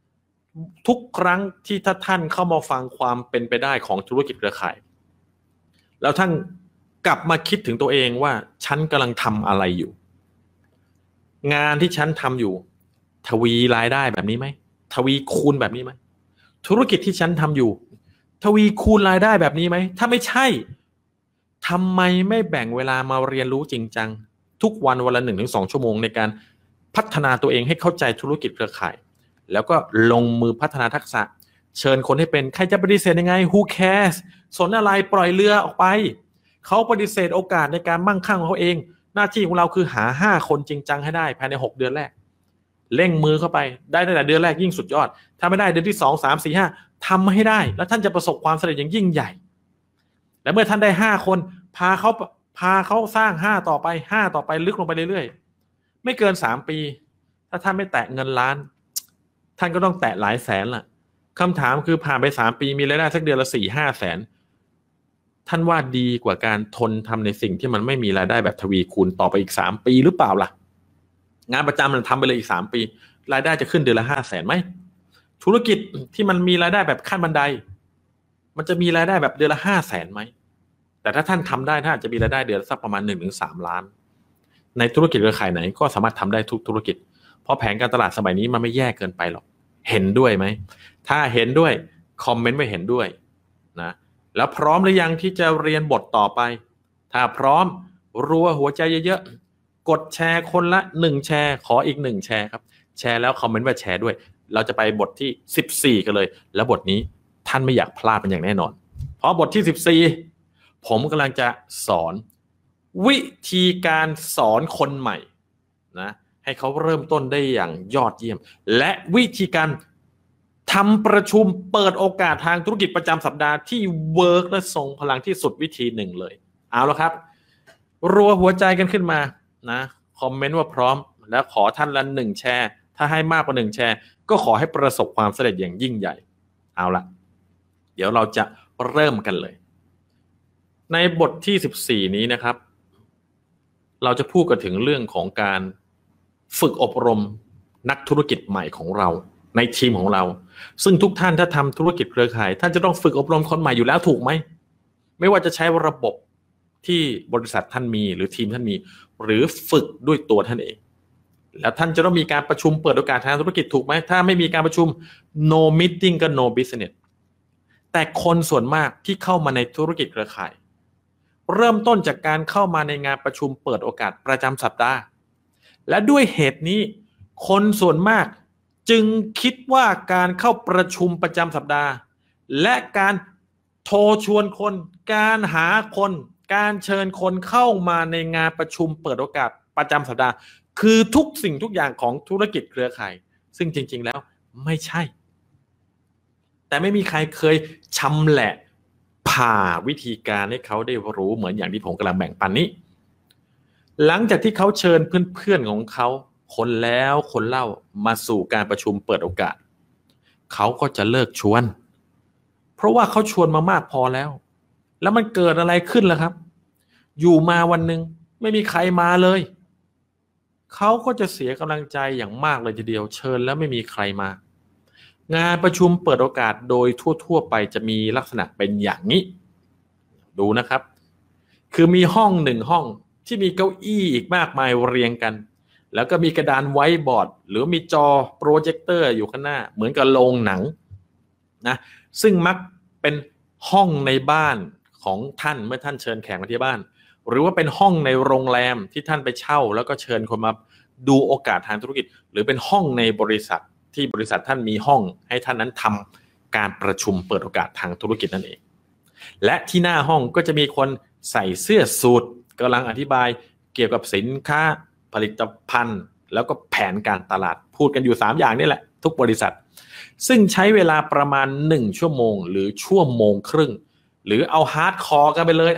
ทุกครั้งที่ถ้าท่านเข้ามาฟังความเป็นไปได้ของธุรกิจเครือข่ายแล้วท่านกลับมาคิดถึงตัวเองว่าฉันกำลังทำอะไรอยู่งานที่ฉันทำอยู่ทวีรายได้แบบนี้ไหมทวีคูณแบบนี้ไหมธุรกิจที่ฉันทำอยู่ทวีคูณรายได้แบบนี้ไหมถ้าไม่ใช่ทำไมไม่แบ่งเวลามาเรียนรู้จริงจังทุกวันวันละ 1-2 ชั่วโมงในการพัฒนาตัวเองให้เข้าใจธุรกิจเครือข่ายแล้วก็ลงมือพัฒนาทักษะเชิญคนให้เป็นใครจะปฏิเสธยังไง who cares สนอะไรปล่อยเรือออกไปเขาปฏิเสธโอกาสในการมั่งคั่งของเขาเองหน้าที่ของเราคือหา5คนจริงจังให้ได้ภายใน6เดือนแรกเร่งมือเข้าไปได้ตั้งแต่เดือนแรกยิ่งสุดยอดถ้าไม่ได้เดือนที่2 3 4 5ทำให้ได้แล้วท่านจะประสบความสำเร็จอย่างยิ่งใหญ่และเมื่อท่านได้5คนพาเขาสร้าง5ต่อไป5ต่อไปลึกลงไปเรื่อยๆไม่เกิน3ปีถ้าท่านไม่แตะเงินล้านท่านก็ต้องแตะหลายแสนล่ะคำถามคือผ่านไป3ปีมีรายได้สักเดือนละ 4-5 แสนท่านว่าดีกว่าการทนทำในสิ่งที่มันไม่มีรายได้แบบทวีคูณต่อไปอีก3ปีหรือเปล่าล่ะงานประจำมันทำไปเลยอีก3ปีรายได้จะขึ้นเดือนละ 5 แสนไหมธุรกิจที่มันมีรายได้แบบขั้นบันไดมันจะมีรายได้แบบเดือนละ 5 แสนไหมแต่ถ้าท่านทำได้ท่านอาจจะมีรายได้เดือนสักประมาณ 1-3 ล้านในธุรกิจเครือข่ายไหนก็สามารถทำได้ทุกธุรกิจเพราะแผนการตลาดสมัยนี้มันไม่แย่เกินไปหรอกเห็นด้วยไหมถ้าเห็นด้วยคอมเมนต์ไว้เห็นด้วยนะแล้วพร้อมหรือยังที่จะเรียนบทต่อไปถ้าพร้อมรัวหัวใจเยอะๆกดแชร์คนละ1แชร์ขออีก1แชร์ครับแชร์แล้วคอมเมนต์ว่าแชร์ด้วยเราจะไปบทที่14กันเลยแล้วบทนี้ท่านไม่อยากพลาดเป็นอย่างแน่นอนเพราะบทที่14ผมกำลังจะสอนวิธีการสอนคนใหม่นะให้เขาเริ่มต้นได้อย่างยอดเยี่ยมและวิธีการทำประชุมเปิดโอกาสทางธุรกิจประจำสัปดาห์ที่เวิร์กและทรงพลังที่สุดวิธีหนึ่งเลยเอาละครับรัวหัวใจกันขึ้นมานะคอมเมนต์ว่าพร้อมแล้วขอท่านละ1แชร์ถ้าให้มากกว่า1แชร์ก็ขอให้ประสบความสำเร็จอย่างยิ่งใหญ่เอาละเดี๋ยวเราจะเริ่มกันเลยในบทที่14นี้นะครับเราจะพูดกันถึงเรื่องของการฝึกอบรมนักธุรกิจใหม่ของเราในทีมของเราซึ่งทุกท่านถ้าทำธุรกิจเครือข่ายท่านจะต้องฝึกอบรมคนใหม่อยู่แล้วถูกไหมไม่ว่าจะใช้ระบบที่บริษัทท่านมีหรือทีมท่านมีหรือฝึกด้วยตัวท่านเองแล้วท่านจะต้องมีการประชุมเปิดโอกาสทางธุรกิจถูกไหมถ้าไม่มีการประชุม no meeting ก็ no business แต่คนส่วนมากที่เข้ามาในธุรกิจเครือข่ายเริ่มต้นจากการเข้ามาในงานประชุมเปิดโอกาสประจำสัปดาห์และด้วยเหตุนี้คนส่วนมากจึงคิดว่าการเข้าประชุมประจำสัปดาห์และการโทรชวนคนการหาคนการเชิญคนเข้ามาในงานประชุมเปิดโอกาสประจำสัปดาห์คือทุกสิ่งทุกอย่างของธุรกิจเครือข่ายซึ่งจริงๆแล้วไม่ใช่แต่ไม่มีใครเคยชำแหละผ่าวิธีการให้เขาได้รู้เหมือนอย่างที่ผมกำลังแบ่งปันนี้หลังจากที่เขาเชิญเพื่อนๆของเขาคนแล้วคนเล่ามาสู่การประชุมเปิดโอกาสเขาก็จะเลิกชวนเพราะว่าเขาชวนมามากพอแล้วแล้วมันเกิดอะไรขึ้นล่ะครับอยู่มาวันหนึ่งไม่มีใครมาเลยเขาก็จะเสียกำลังใจอย่างมากเลยทีเดียวเชิญแล้วไม่มีใครมางานประชุมเปิดโอกาสโดยทั่วๆไปจะมีลักษณะเป็นอย่างนี้ดูนะครับคือมีห้อง1ห้องที่มีเก้าอี้อีกมากมายเรียงกันแล้วก็มีกระดานไวท์บอร์ดหรือมีจอโปรเจคเตอร์อยู่ข้างหน้าเหมือนกับโรงหนังนะซึ่งมักเป็นห้องในบ้านของท่านเมื่อท่านเชิญแขกมาที่บ้านหรือว่าเป็นห้องในโรงแรมที่ท่านไปเช่าแล้วก็เชิญคนมาดูโอกาสทางธุรกิจหรือเป็นห้องในบริษัทที่บริษัทท่านมีห้องให้ท่านนั้นทำการประชุมเปิดโอกาสทางธุรกิจนั่นเองและที่หน้าห้องก็จะมีคนใส่เสื้อสูทกำลังอธิบายเกี่ยวกับสินค้าผลิตภัณฑ์แล้วก็แผนการตลาดพูดกันอยู่3อย่างนี่แหละทุกบริษัทซึ่งใช้เวลาประมาณ1ชั่วโมงหรือชั่วโมงครึ่งหรือเอาฮาร์ดคอร์กันไปเลย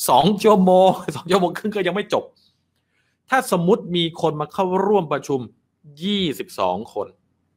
2 ชั่วโมง2 ชั่วโมงครึ่งก็ยังไม่จบถ้าสมมุติมีคนมาเข้าร่วมประชุม22คน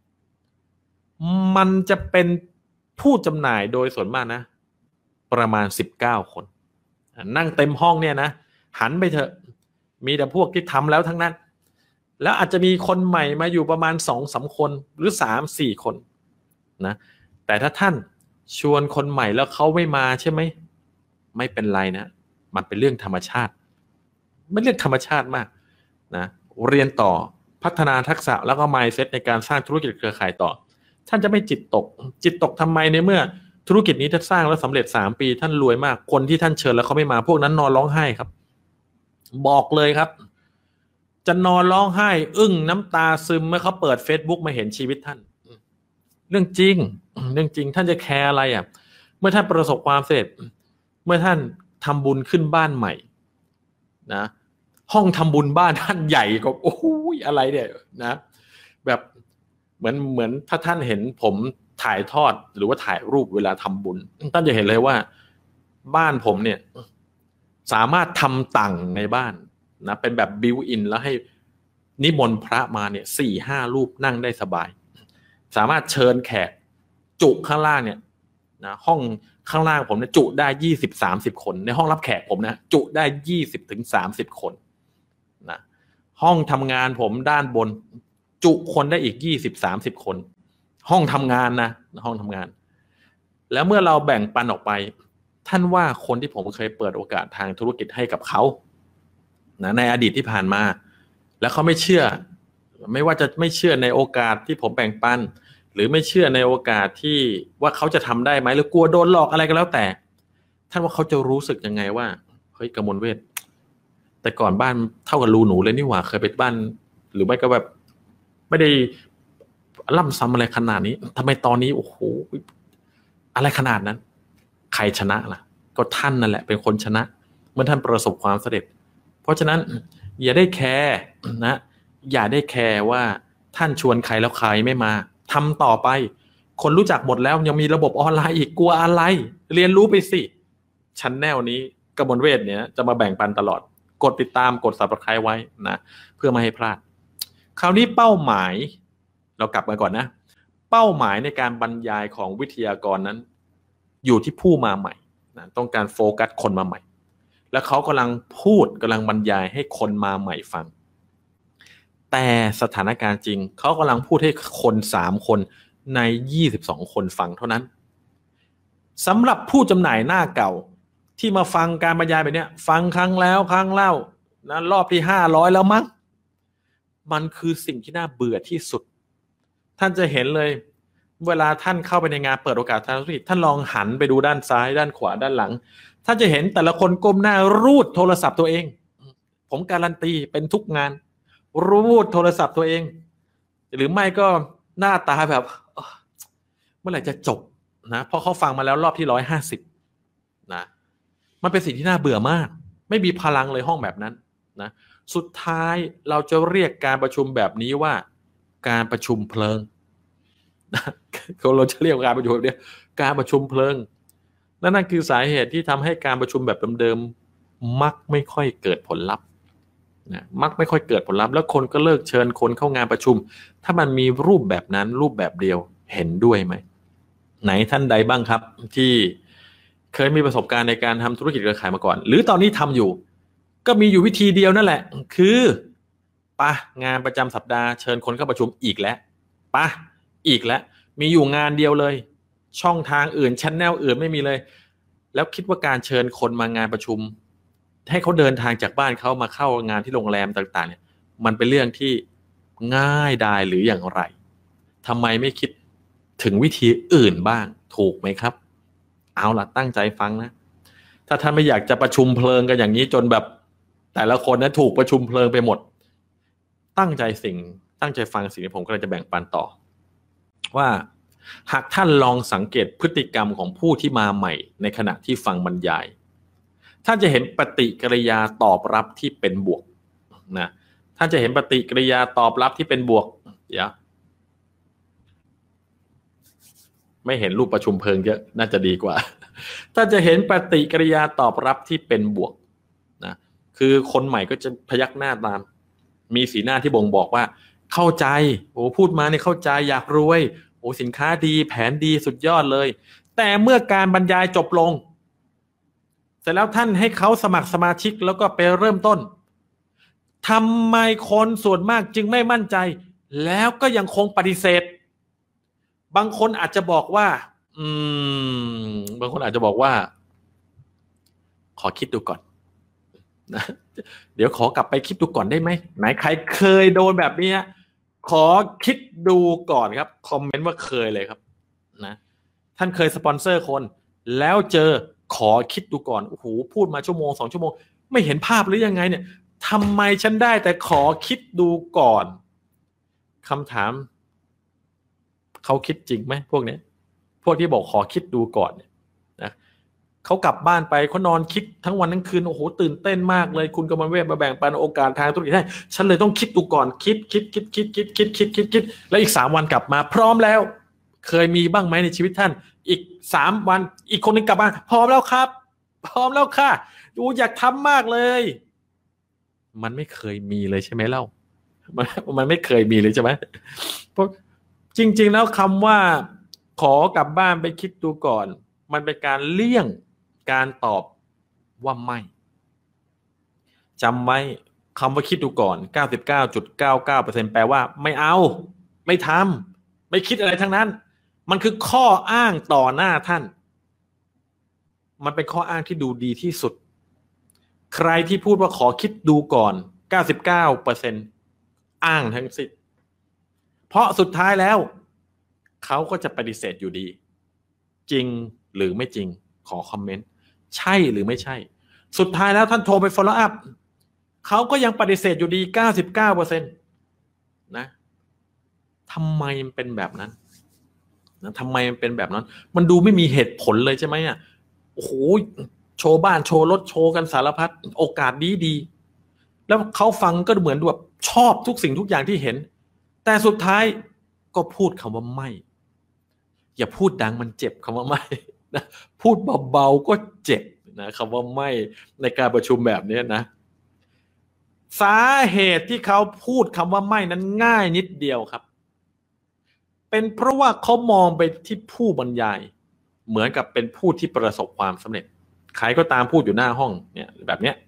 มันจะเป็นผู้จำหน่ายโดยส่วนมากนะประมาณ19คนนั่งเต็มห้องเนี่ยนะหันไปเถอะมีแต่พวกที่ทำแล้วทั้งนั้นแล้วอาจจะมีคนใหม่มาอยู่ประมาณ 2-3 คนหรือ 3-4 คนนะแต่ถ้าท่านชวนคนใหม่แล้วเขาไม่มาใช่ไหมไม่เป็นไรนะมันเป็นเรื่องธรรมชาติไม่เรื่องธรรมชาติมากนะเรียนต่อพัฒนาทักษะแล้วก็ mindset ในการสร้างธุรกิจเครือข่ายต่อท่านจะไม่จิตตกทำไมในเมื่อธุรกิจนี้ท่านสร้างแล้วสำเร็จ3 ปีท่านรวยมากคนที่ท่านเชิญแล้วเขาไม่มาพวกนั้นนอนร้องไห้ครับบอกเลยครับจะนอนร้องไห้อึ้งน้ำตาซึมเมื่อเขาเปิด Facebook มาเห็นชีวิตท่านเรื่องจริงท่านจะแคร์อะไรอ่ะเมื่อท่านประสบความสำเร็จเมื่อท่านทำบุญขึ้นบ้านใหม่นะห้องทำบุญบ้านท่านใหญ่กว่าโอ้ยอะไรเนี่ยนะแบบเหมือนถ้าท่านเห็นผมถ่ายทอดหรือว่าถ่ายรูปเวลาทำบุญท่านจะเห็นเลยว่าบ้านผมเนี่ยสามารถทำตั่งในบ้านนะเป็นแบบบิวอินแล้วให้นิมนต์พระมาเนี่ย4-5 รูปนั่งได้สบายสามารถเชิญแขกจุข้างล่างเนี่ยนะห้องข้างล่างผมเนี่ยจุได้ 20-30 คนในห้องรับแขกผมนะจุได้ 20-30 คนนะห้องทำงานผมด้านบนจุคนได้อีก 20-30 คนห้องทำงานนะห้องทำงานแล้วเมื่อเราแบ่งปันออกไปท่านว่าคนที่ผมเคยเปิดโอกาสทางธุรกิจให้กับเขานะในอดีตที่ผ่านมาแล้วเขาไม่เชื่อไม่ว่าจะไม่เชื่อในโอกาสที่ผมแบ่งปันหรือไม่เชื่อในโอกาสที่ว่าเขาจะทำได้ไหมหรือกลัวโดนหลอกอะไรก็แล้วแต่ท่านว่าเขาจะรู้สึกยังไงว่าเฮ้ยกมลเวชแต่ก่อนบ้านเท่ากับรูหนูเลยนี่หว่าเคยไปบ้านหรือไม่ก็แบบไม่ได้ล่ำซ้ำอะไรขนาดนี้ทำไมตอนนี้โอ้โหอะไรขนาดนั้นใครชนะล่ะก็ท่านนั่นแหละเป็นคนชนะเมื่อท่านประสบความสำเร็จเพราะฉะนั้นอย่าได้แคร์นะอย่าได้แคร์ว่าท่านชวนใครแล้วใครไม่มาทำต่อไปคนรู้จักหมดแล้วยังมีระบบออนไลน์อีกกลัวอะไรเรียนรู้ไปสิชั้นแนวนี้กมลเวชเนี่ยจะมาแบ่งปันตลอดกดติดตามกด Subscribe ไว้นะเพื่อไม่ให้พลาดคราวนี้เป้าหมายเรากลับมาก่อนนะเป้าหมายในการบรรยายของวิทยากรนั้นอยู่ที่ผู้มาใหม่นะต้องการโฟกัสคนมาใหม่แล้วเขากำลังพูดกำลังบรรยายให้คนมาใหม่ฟังแต่สถานการณ์จริงเขากำลังพูดให้คน3 คนใน22 คนฟังเท่านั้นสำหรับผู้จำหน่ายหน้าเก่าที่มาฟังการบรรยายแบบนี้ฟังครั้งแล้วครั้งเล่านะรอบที่500แล้วมั้งมันคือสิ่งที่น่าเบื่อที่สุดท่านจะเห็นเลยเวลาท่านเข้าไปในงานเปิดโอกาสทางธุรกิจท่านลองหันไปดูด้านซ้ายด้านขวาด้านหลังท่านจะเห็นแต่ละคนก้มหน้ารูดโทรศัพท์ตัวเองผมการันตีเป็นทุกงานรูดโทรศัพท์ตัวเองหรือไม่ก็หน้าตาแบบเมื่อไหร่จะจบนะเพราะเขาฟังมาแล้วรอบที่150นะมันเป็นสิ่งที่น่าเบื่อมากไม่มีพลังเลยห้องแบบนั้นนะสุดท้ายเราจะเรียกการประชุมแบบนี้ว่าการประชุมเพลิงเราจะเรียกการประชุมแบบนี้การประชุมเพลิงนั่นคือสาเหตุที่ทำให้การประชุมแบบเดิมๆมักไม่ค่อยเกิดผลลัพธ์นะมักไม่ค่อยเกิดผลลัพธ์แล้วคนก็เลิกเชิญคนเข้างานประชุมถ้ามันมีรูปแบบนั้นรูปแบบเดียวเห็นด้วยไหมไหนท่านใดบ้างครับที่เคยมีประสบการณ์ในการทำธุรกิจเครือข่ายมาก่อนหรือตอนนี้ทำอยู่ก็มีอยู่วิธีเดียวนั่นแหละคือปะงานประจำสัปดาห์เชิญคนเข้าประชุมอีกแล้วปะอีกแล้วมีอยู่งานเดียวเลยช่องทางอื่นชั้นแนวอื่นไม่มีเลยแล้วคิดว่าการเชิญคนมางานประชุมให้เขาเดินทางจากบ้านเขามาเข้างานที่โรงแรมต่างๆเนี่ยมันเป็นเรื่องที่ง่ายดายหรืออย่างไรทำไมไม่คิดถึงวิธีอื่นบ้างถูกไหมครับเอาล่ะตั้งใจฟังนะถ้าท่านไม่อยากจะประชุมเพลิงกันอย่างนี้จนแบบแต่ละคนนะถูกประชุมเพลิงไปหมดตั้งใจฟังสิ่งที่ผมกำลังจะแบ่งปันต่อว่าหากท่านลองสังเกตพฤติกรรมของผู้ที่มาใหม่ในขณะที่ฟังบรรยายท่านจะเห็นปฏิกิริยาตอบรับที่เป็นบวกนะท่านจะเห็นปฏิกิริยาตอบรับที่เป็นบวกไม่เห็นรูปประชุมเพลิงเยอะน่าจะดีกว่าท่านจะเห็นปฏิกิริยาตอบรับที่เป็นบวกนะคือคนใหม่ก็จะพยักหน้าตามมีสีหน้าที่บ่งบอกว่าเข้าใจโอ้พูดมาเนี่ยเข้าใจอยากรวยโอ้สินค้าดีแผนดีสุดยอดเลยแต่เมื่อการบรรยายจบลงเสร็จแล้วท่านให้เขาสมัครสมาชิกแล้วก็ไปเริ่มต้นทำไมคนส่วนมากจึงไม่มั่นใจแล้วก็ยังคงปฏิเสธบางคนอาจจะบอกว่าบางคนอาจจะบอกว่าขอคิดดูก่อนนะเดี๋ยวขอกลับไปคิดดูก่อนได้ไหมไหนใครเคยโดนแบบนี้ขอคิดดูก่อนครับคอมเมนต์ว่าเคยเลยครับนะท่านเคยสปอนเซอร์คนแล้วเจอขอคิดดูก่อนโอ้โหพูดมาชั่วโมง2 ชั่วโมงไม่เห็นภาพหรือยังไงเนี่ยทำไมฉันได้แต่ขอคิดดูก่อนคำถามเขาคิดจริงไหมพวกนี้พวกที่บอกขอคิดดูก่อนเนี่ยนะเขากลับบ้านไปเขานอนคิดทั้งวันทั้งคืนโอ้โหตื่นเต้นมากเลยคุณกมลเวทมาแบ่งปันโอกาสทางธุรกิจให้ฉันเลยต้องคิดดูก่อนคิดแล้วอีก3 วันกลับมาพร้อมแล้วเคยมีบ้างไหมในชีวิตท่านอีก3 วันอีกคนนึงกลับมาพร้อมแล้วครับพร้อมแล้วค่ะดูอยากทำมากเลยมันไม่เคยมีเลยใช่ไหมเล่ามันไม่เคยมีเลยใช่ไหมเพราะจริงๆแล้วคำว่าขอกลับบ้านไปคิดดูก่อนมันเป็นการเลี่ยงการตอบว่าไม่จำไว้คำว่าคิดดูก่อน 99.99% แปลว่าไม่เอาไม่ทำไม่คิดอะไรทั้งนั้นมันคือข้ออ้างต่อหน้าท่านมันเป็นข้ออ้างที่ดูดีที่สุดใครที่พูดว่าขอคิดดูก่อน 99% อ้างทั้งสิ้นเพราะสุดท้ายแล้วเขาก็จะปฏิเสธอยู่ดีจริงหรือไม่จริงขอคอมเมนต์ใช่หรือไม่ใช่สุดท้ายแล้วท่านโทรไป follow up เขาก็ยังปฏิเสธอยู่ดี 99% นะทำไมมันเป็นแบบนั้นนะทำไมมันเป็นแบบนั้นมันดูไม่มีเหตุผลเลยใช่ไหมอ่ะโอ้โหโชว์บ้านโชว์รถโชว์กันสารพัดโอกาสดีแล้วเขาฟังก็เหมือนแบบชอบทุกสิ่งทุกอย่างที่เห็นแต่สุดท้ายก็พูดคำว่าไม่อย่าพูดดังมันเจ็บคำว่าไม่นะพูดเบาๆก็เจ็บนะคำว่าไม่ในการประชุมแบบนี้นะสาเหตุที่เขาพูดคำว่าไม่นั้นง่ายนิดเดียวครับเป็นเพราะว่าเขามองไปที่ผู้บรรยายเหมือนกับเป็นผู้ที่ประสบความสำเร็จใครก็ตามพูดอยู่หน้าห้องเนี่ยแบบเนี้ย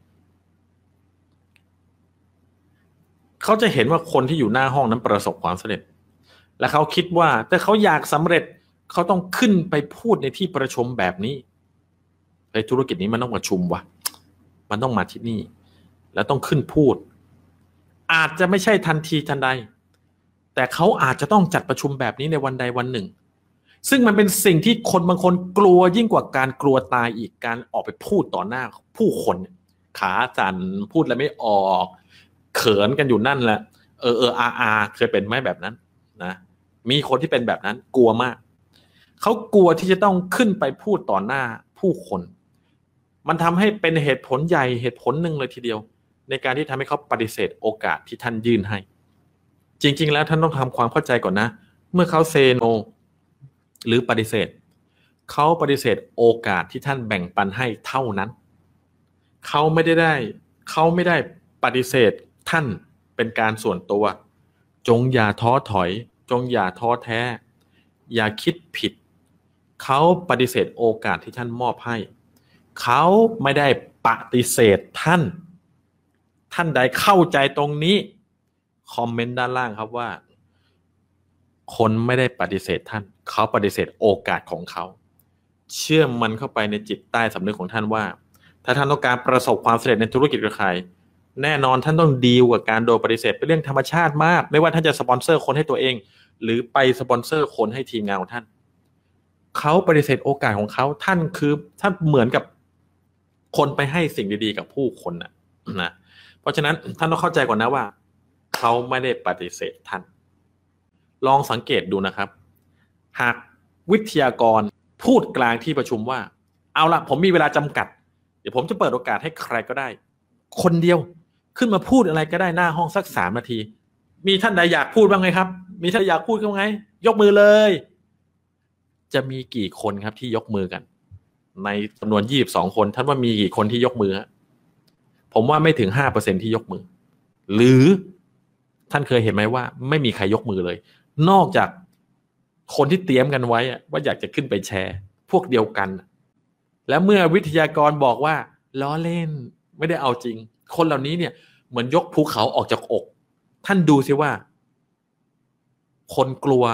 เขาจะเห็นว่าคนที่อยู่หน้าห้องนั้นประสบความสำเร็จและเขาคิดว่าแต่เขาอยากสำเร็จเขาต้องขึ้นไปพูดในที่ประชุมแบบนี้ในธุรกิจนี้มันต้องประชุมว่ะมันต้องมาที่นี่แล้วต้องขึ้นพูดอาจจะไม่ใช่ทันทีทันใดแต่เขาอาจจะต้องจัดประชุมแบบนี้ในวันใดวันหนึ่งซึ่งมันเป็นสิ่งที่คนบางคนกลัวยิ่งกว่าการกลัวตายอีกการออกไปพูดต่อหน้าผู้คนขาสั่นพูดอะไรไม่ออกเขินกันอยู่นั่นแหละเคยเป็นไหมแบบนั้นนะมีคนที่เป็นแบบนั้นกลัวมากเขากลัวที่จะต้องขึ้นไปพูดต่อหน้าผู้คนมันทำให้เป็นเหตุผลใหญ่เหตุผลหนึ่งเลยทีเดียวในการที่ทำให้เขาปฏิเสธโอกาสที่ท่านยื่นให้จริงๆแล้วท่านต้องทำความเข้าใจก่อนนะเมื่อเขาเซโนหรือปฏิเสธเขาปฏิเสธโอกาสที่ท่านแบ่งปันให้เท่านั้นเขาไม่ได้ปฏิเสธท่านเป็นการส่วนตัวจงอย่าท้อถอยจงอย่าท้อแท้อย่าคิดผิดเขาปฏิเสธโอกาสที่ท่านมอบให้เขาไม่ได้ปฏิเสธท่านใดเข้าใจตรงนี้คอมเมนต์ด้านล่างครับว่าคนไม่ได้ปฏิเสธท่านเขาปฏิเสธโอกาสของเขาเชื่อมันเข้าไปในจิตใต้สำนึกของท่านว่าถ้าท่านต้องการประสบความสำเร็จในธุรกิจกับใครแน่นอนท่านต้องดีลกับการโดนปฏิเสธเป็นเรื่องธรรมชาติมากไม่ว่าท่านจะสปอนเซอร์คนให้ตัวเองหรือไปสปอนเซอร์คนให้ทีมงานของท่านเขาปฏิเสธโอกาสของเขาท่านเหมือนกับคนไปให้สิ่งดีๆกับผู้คนนะเพราะฉะนั้นท่านต้องเข้าใจก่อนนะว่าเขาไม่ได้ปฏิเสธท่านลองสังเกตดูนะครับหากวิทยากรพูดกลางที่ประชุมว่าเอาละผมมีเวลาจำกัดเดี๋ยวผมจะเปิดโอกาสให้ใครก็ได้คนเดียวขึ้นมาพูดอะไรก็ได้หน้าห้องสัก3 นาทีมีท่านใดอยากพูดบ้างไหมครับมีท่านอยากพูดบ้างไหมยกมือเลยจะมีกี่คนครับที่ยกมือกันในจำนวน22 คนท่านว่ามีกี่คนที่ยกมือผมว่าไม่ถึง 5% ที่ยกมือหรือท่านเคยเห็นไหมว่าไม่มีใครยกมือเลยนอกจากคนที่เตรียมกันไว้ว่าอยากจะขึ้นไปแชร์พวกเดียวกันแล้วเมื่อวิทยากรบอกว่าล้อเล่นไม่ได้เอาจริงคนเหล่านี้เนี่ยเหมือนยกภูเขาออกจากอกท่านดูสิว่าคนกลัว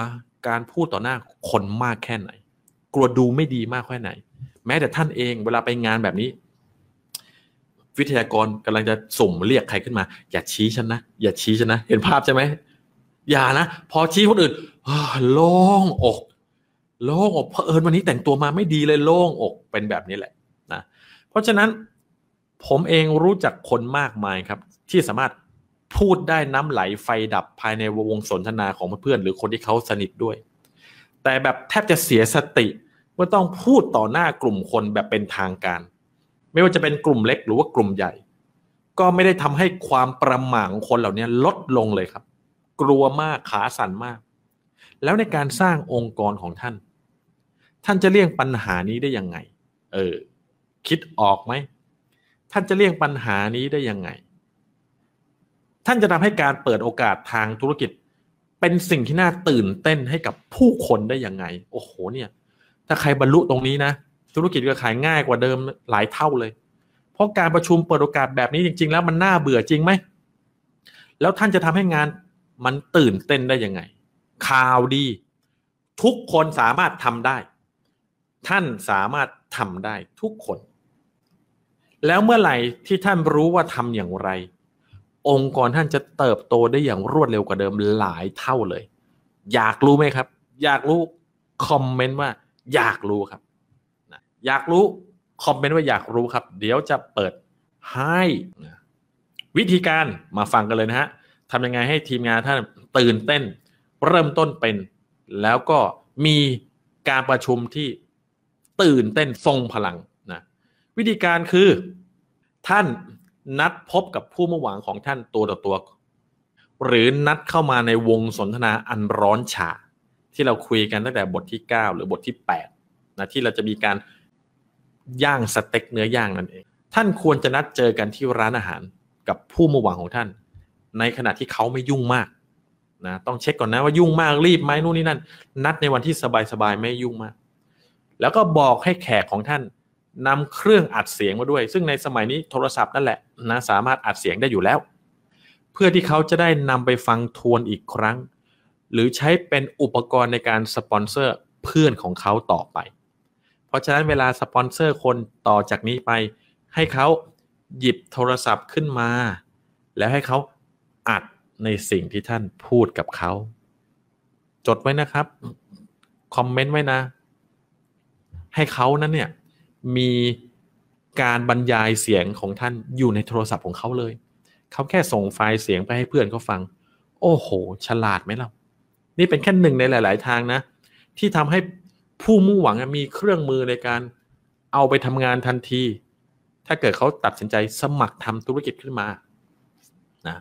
การพูดต่อหน้าคนมากแค่ไหนกลัวดูไม่ดีมากแค่ไหนแม้แต่ท่านเองเวลาไปงานแบบนี้วิทยากรกำลังจะสุ่มเรียกใครขึ้นมาอย่าชี้ฉันนะอย่าชี้ฉันนะเห็นภาพใช่ไหมอย่านะพอชี้คนอื่นโล่งอกโล่งอกเผอิญวันนี้แต่งตัวมาไม่ดีเลยโล่งอกเป็นแบบนี้แหละนะเพราะฉะนั้นผมเองรู้จักคนมากมายครับที่สามารถพูดได้น้ำไหลไฟดับภายในวงสนทนาของเพื่อนหรือคนที่เขาสนิทด้วยแต่แบบแทบจะเสียสติเมื่อต้องพูดต่อหน้ากลุ่มคนแบบเป็นทางการไม่ว่าจะเป็นกลุ่มเล็กหรือว่ากลุ่มใหญ่ก็ไม่ได้ทำให้ความประหม่าของคนเหล่านี้ลดลงเลยครับกลัวมากขาสั่นมากแล้วในการสร้างองค์กรของท่านจะเลี่ยงปัญหานี้ได้ยังไงคิดออกไหมท่านจะเลี่ยงปัญหานี้ได้ยังไงท่านจะทำให้การเปิดโอกาสทางธุรกิจเป็นสิ่งที่น่าตื่นเต้นให้กับผู้คนได้ยังไงโอ้โหเนี่ยถ้าใครบรรลุตรงนี้นะธุรกิจเครือข่ายง่ายกว่าเดิมหลายเท่าเลยเพราะการประชุมเปิดโอกาสแบบนี้จริงๆแล้วมันน่าเบื่อจริงไหมแล้วท่านจะทำให้งานมันตื่นเต้นได้ยังไงข่าวดีทุกคนสามารถทำได้ท่านสามารถทำได้ทุกคนแล้วเมื่อไหร่ที่ท่านรู้ว่าทำอย่างไรองค์กรท่านจะเติบโตได้อย่างรวดเร็วกว่าเดิมหลายเท่าเลยอยากรู้ไหมครับอยากรู้คอมเมนต์ว่าอยากรู้ครับอยากรู้คอมเมนต์ว่าอยากรู้ครับเดี๋ยวจะเปิดให้วิธีการมาฟังกันเลยนะฮะทำยังไงให้ทีมงานท่านตื่นเต้นเริ่มต้นเป็นแล้วก็มีการประชุมที่ตื่นเต้นทรงพลังนะวิธีการคือท่านนัดพบกับผู้มุ่งหวังของท่านตัวต่อตัวหรือนัดเข้ามาในวงสนทนาอันร้อนฉ่าที่เราคุยกันตั้งแต่บทที่9หรือบทที่8นะที่เราจะมีการย่างสเต็กเนื้อย่างนั่นเองท่านควรจะนัดเจอกันที่ร้านอาหารกับผู้มุ่งหวังของท่านในขณะที่เขาไม่ยุ่งมากนะต้องเช็คก่อนนะว่ายุ่งมากรีบไหมนู่นนี่นั่นนัดในวันที่สบายๆไม่ยุ่งมากแล้วก็บอกให้แขกของท่านนำเครื่องอัดเสียงมาด้วยซึ่งในสมัยนี้โทรศัพท์นั่นแหละนะสามารถอัดเสียงได้อยู่แล้วเพื่อที่เขาจะได้นำไปฟังทวนอีกครั้งหรือใช้เป็นอุปกรณ์ในการสปอนเซอร์เพื่อนของเขาต่อไปเพราะฉะนั้นเวลาสปอนเซอร์คนต่อจากนี้ไปให้เขาหยิบโทรศัพท์ขึ้นมาแล้วให้เขาอัดในสิ่งที่ท่านพูดกับเขาจดไว้นะครับคอมเมนต์ไว้นะให้เขานั้นเนี่ยมีการบรรยายเสียงของท่านอยู่ในโทรศัพท์ของเขาเลยเขาแค่ส่งไฟล์เสียงไปให้เพื่อนเขาฟังโอ้โหฉลาดไหมล่ะนี่เป็นแค่หนึ่งในหลายๆทางนะที่ทำให้ผู้มุ่งหวังมีเครื่องมือในการเอาไปทำงานทันทีถ้าเกิดเขาตัดสินใจสมัครทำธุรกิจขึ้นมานะ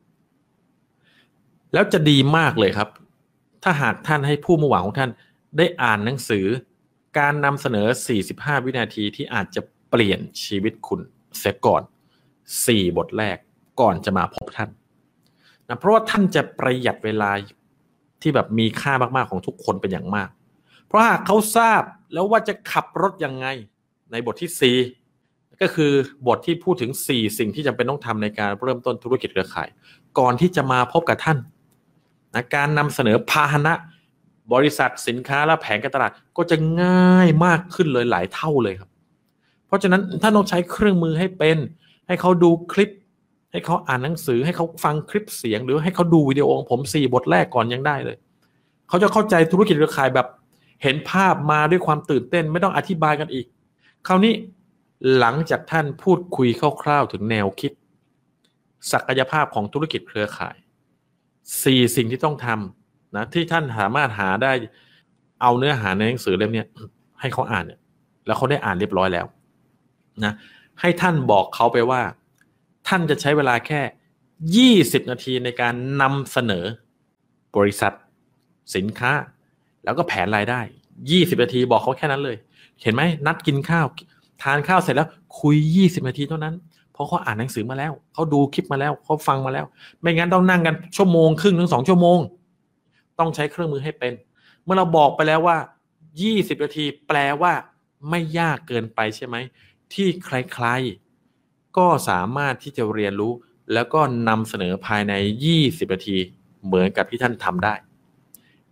แล้วจะดีมากเลยครับถ้าหากท่านให้ผู้มุ่งหวังของท่านได้อ่านหนังสือการนำเสนอ45วินาทีที่อาจจะเปลี่ยนชีวิตคุณเสียก่อน4บทแรกก่อนจะมาพบท่านนะเพราะว่าท่านจะประหยัดเวลาที่แบบมีค่ามากๆของทุกคนเป็นอย่างมากเพราะหากเขาทราบแล้วว่าจะขับรถยังไงในบทที่4ก็คือบทที่พูดถึง4สิ่งที่จำเป็นต้องทำในการเริ่มต้นธุรกิจเครือข่ายก่อนที่จะมาพบกับท่านนะการนำเสนอพาหนะบริษัทสินค้าและแผนการตลาดก็จะง่ายมากขึ้นเลยหลายเท่าเลยครับเพราะฉะนั้นท่านต้องใช้เครื่องมือให้เป็นให้เขาดูคลิปให้เขาอ่านหนังสือให้เขาฟังคลิปเสียงหรือให้เขาดูวิดีโอของผม4บทแรกก่อนยังได้เลยเขาจะเข้าใจธุรกิจเครือข่ายแบบเห็นภาพมาด้วยความตื่นเต้นไม่ต้องอธิบายกันอีกคราวนี้หลังจากท่านพูดคุยคร่าวๆถึงแนวคิดศักยภาพของธุรกิจเครือข่าย4สิ่งที่ต้องทำนะที่ท่านสามารถหาได้เอาเนื้อหาในหนังสือเล่มนี้ให้เขาอ่านเนี่ยแล้วเขาได้อ่านเรียบร้อยแล้วนะให้ท่านบอกเขาไปว่าท่านจะใช้เวลาแค่20นาทีในการนำเสนอบริษัทสินค้าแล้วก็แผนรายได้20นาทีบอกเขาแค่นั้นเลยเห็นไหมนัดกินข้าวทานข้าวเสร็จแล้วคุย20นาทีเท่านั้นเพราะเขาอ่านหนังสือมาแล้วเขาดูคลิปมาแล้วเขาฟังมาแล้วไม่งั้นต้องนั่งกันชั่วโมงครึ่งถึง2ชั่วโมงต้องใช้เครื่องมือให้เป็นเมื่อเราบอกไปแล้วว่า20นาทีแปลว่าไม่ยากเกินไปใช่ไหมที่ใครๆก็สามารถที่จะเรียนรู้แล้วก็นำเสนอภายใน20นาทีเหมือนกับที่ท่านทำได้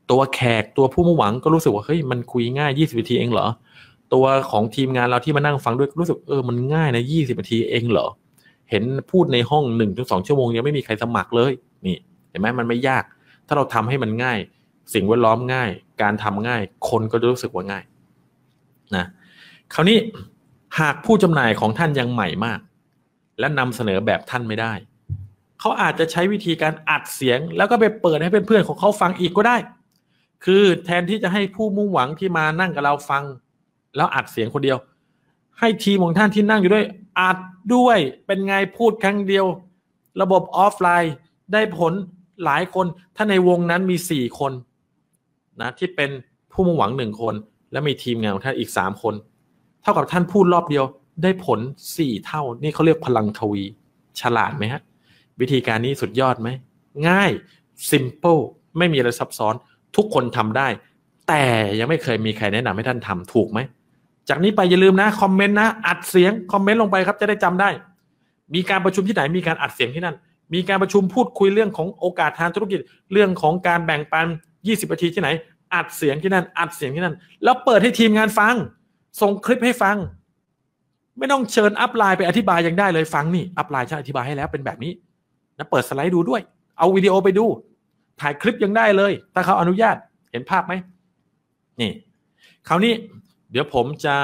ตัวแขกตัวผู้มุ่งหวังก็รู้สึกว่าเฮ้ยมันคุยง่าย20นาทีเองเหรอตัวของทีมงานเราที่มานั่งฟังด้วยรู้สึกมันง่ายนะ20นาทีเองเหรอเห็นพูดในห้อง 1-2 ชั่วโมงยังไม่มีใครสมัครเลยนี่เห็นไหมมันไม่ยากถ้าเราทำให้มันง่ายสิ่งแวดล้อมง่ายการทำง่ายคนก็จะรู้สึกว่าง่ายนะคราวนี้หากผู้จำหน่ายของท่านยังใหม่มากและนำเสนอแบบท่านไม่ได้เขาอาจจะใช้วิธีการอัดเสียงแล้วก็ไปเปิดให้เพื่อนๆของเขาฟังอีกก็ได้คือแทนที่จะให้ผู้มุ่งหวังที่มานั่งกับเราฟังแล้วอัดเสียงคนเดียวให้ทีมของท่านที่นั่งอยู่ด้วยอัดด้วยเป็นไงพูดครั้งเดียวระบบออฟไลน์ได้ผลหลายคนถ้าในวงนั้นมี4คนนะที่เป็นผู้มุ่งหวัง1คนและมีทีมงานของท่านอีก3คนเท่ากับท่านพูดรอบเดียวได้ผล4เท่านี่เขาเรียกพลังทวีฉลาดไหมฮะวิธีการนี้สุดยอดไหมง่าย simple ไม่มีอะไรซับซ้อนทุกคนทำได้แต่ยังไม่เคยมีใครแนะนำให้ท่านทำถูกไหมจากนี้ไปอย่าลืมนะคอมเมนต์นะอัดเสียงคอมเมนต์ลงไปครับจะได้จำได้มีการประชุมที่ไหนมีการอัดเสียงที่นั่นมีการประชุมพูดคุยเรื่องของโอกาสทางธุรกิจเรื่องของการแบ่งปัน20นาทีที่ไหนอัดเสียงที่นั่นอัดเสียงที่นั่นแล้วเปิดให้ทีมงานฟังส่งคลิปให้ฟังไม่ต้องเชิญอัพไลน์ไปอธิบายยังได้เลยฟังนี่อัพไลน์ฉันอธิบายให้แล้วเป็นแบบนี้นะเปิดสไลด์ดูด้วยเอาวิดีโอไปดูถ่ายคลิปยังได้เลยถ้าเขาอนุญาตเห็นภาพไหมนี่คราวนี้เดี๋ยวผมจะ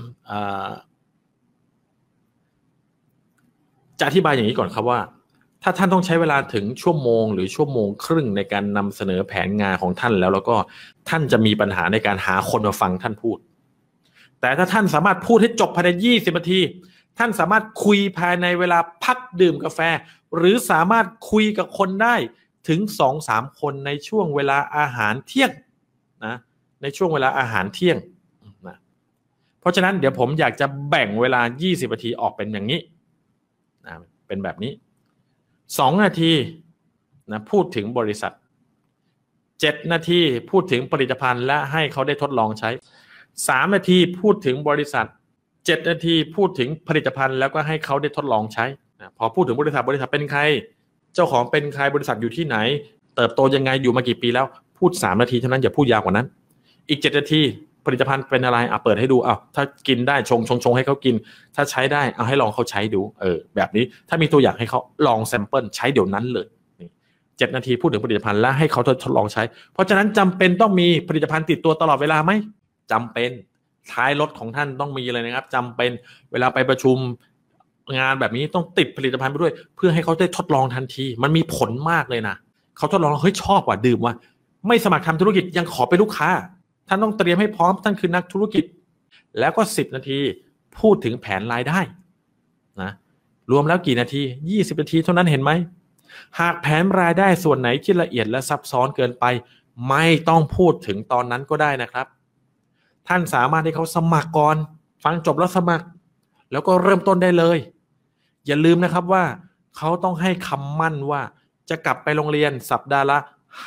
อธิบายอย่างนี้ก่อนครับว่าถ้าท่านต้องใช้เวลาถึงชั่วโมงหรือชั่วโมงครึ่งในการนำเสนอแผนงานของท่านแล้วก็ท่านจะมีปัญหาในการหาคนมาฟังท่านพูดแต่ถ้าท่านสามารถพูดให้จบภายใน20นาทีท่านสามารถคุยภายในเวลาพักดื่มกาแฟหรือสามารถคุยกับคนได้ถึง 2-3 คนในช่วงเวลาอาหารเที่ยงนะในช่วงเวลาอาหารเที่ยงนะเพราะฉะนั้นเดี๋ยวผมอยากจะแบ่งเวลา20นาทีออกเป็นอย่างนี้นะเป็นแบบนี้2นาทีนะพูดถึงบริษัท7นาทีพูดถึงผลิตภัณฑ์และให้เขาได้ทดลองใช้3นาทีพูดถึงบริษัท7นาทีพูดถึงผลิตภัณฑ์แล้วก็ให้เขาได้ทดลองใช้นะพอพูดถึงบริษัทเป็นใครเจ้าของเป็นใครบริษัทอยู่ที่ไหนเติบโตยังไงอยู่มากี่ปีแล้วพูด3นาทีเท่านั้นอย่าพูดยาวกว่านั้นอีก7นาทีผลิตภัณฑ์เป็นอะไรเปิดให้ดูถ้ากินได้ชงให้เขากินถ้าใช้ได้ให้ลองเขาใช้ดูแบบนี้ถ้ามีตัวอย่างให้เขาลองแซมเปิลใช้เดี๋ยวนั้นเลย7นาทีพูดถึงผลิตภัณฑ์และให้เขาทดลองใช้เพราะฉะนั้นจำเป็นต้องมีผลิตภัณฑ์ติดตัวตลอดเวลาไหมจำเป็นท้ายรถของท่านต้องมีเลยนะครับจำเป็นเวลาไปประชุมงานแบบนี้ต้องติดผลิตภัณฑ์ไปด้วยเพื่อให้เขาได้ทดลองทันทีมันมีผลมากเลยนะเขาทดลองเฮ้ยชอบว่ะดื่มว่ะไม่สมัครทำธุรกิจยังขอเป็นลูกค้าท่านต้องเตรียมให้พร้อมท่านคือนักธุรกิจแล้วก็10นาทีพูดถึงแผนรายได้นะรวมแล้วกี่นาที20นาทีเท่านั้นเห็นไหมหากแผนรายได้ส่วนไหนที่ละเอียดและซับซ้อนเกินไปไม่ต้องพูดถึงตอนนั้นก็ได้นะครับท่านสามารถให้เขาสมัครก่อนฟังจบแล้วสมัครแล้วก็เริ่มต้นได้เลยอย่าลืมนะครับว่าเขาต้องให้คำมั่นว่าจะกลับไปโรงเรียนสัปดาห์ละ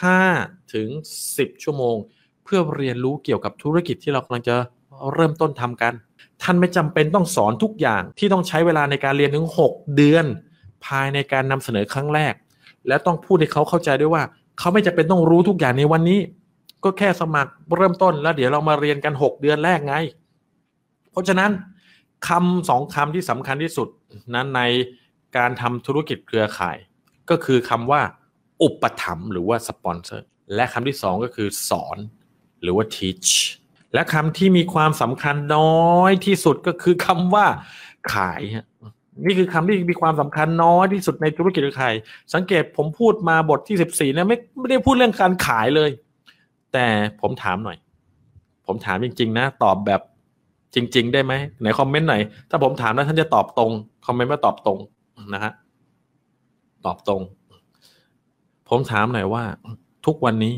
5-10 ชั่วโมงเพื่อเรียนรู้เกี่ยวกับธุรกิจที่เรากำลังจะเริ่มต้นทำกันท่านไม่จำเป็นต้องสอนทุกอย่างที่ต้องใช้เวลาในการเรียนถึง6เดือนภายในการนำเสนอครั้งแรกและต้องพูดให้เขาเข้าใจด้วยว่าเขาไม่จำเป็นต้องรู้ทุกอย่างในวันนี้ก็แค่สมัครเริ่มต้นแล้วเดี๋ยวเรามาเรียนกัน6เดือนแรกไงเพราะฉะนั้นคำ2คำที่สำคัญที่สุดนั้นในการทำธุรกิจเครือข่ายก็คือคำว่าอุปถัมภ์หรือว่าสปอนเซอร์และคำที่2ก็คือสอนหรือว่า teach และคำที่มีความสำคัญน้อยที่สุดก็คือคำว่าขายนี่คือคำที่มีความสำคัญน้อยที่สุดในธุรกิจเครือข่ายสังเกตผมพูดมาบทที่14เนี่ยไม่ได้พูดเรื่องการขายเลยแต่ผมถามหน่อยผมถามจริงๆนะตอบแบบจริงๆได้ไหมไหนคอมเมนต์หน่อยถ้าผมถามแล้วท่านจะตอบตรงคอมเมนต์ว่าตอบตรงนะฮะตอบตรงผมถามหน่อยว่าทุกวันนี้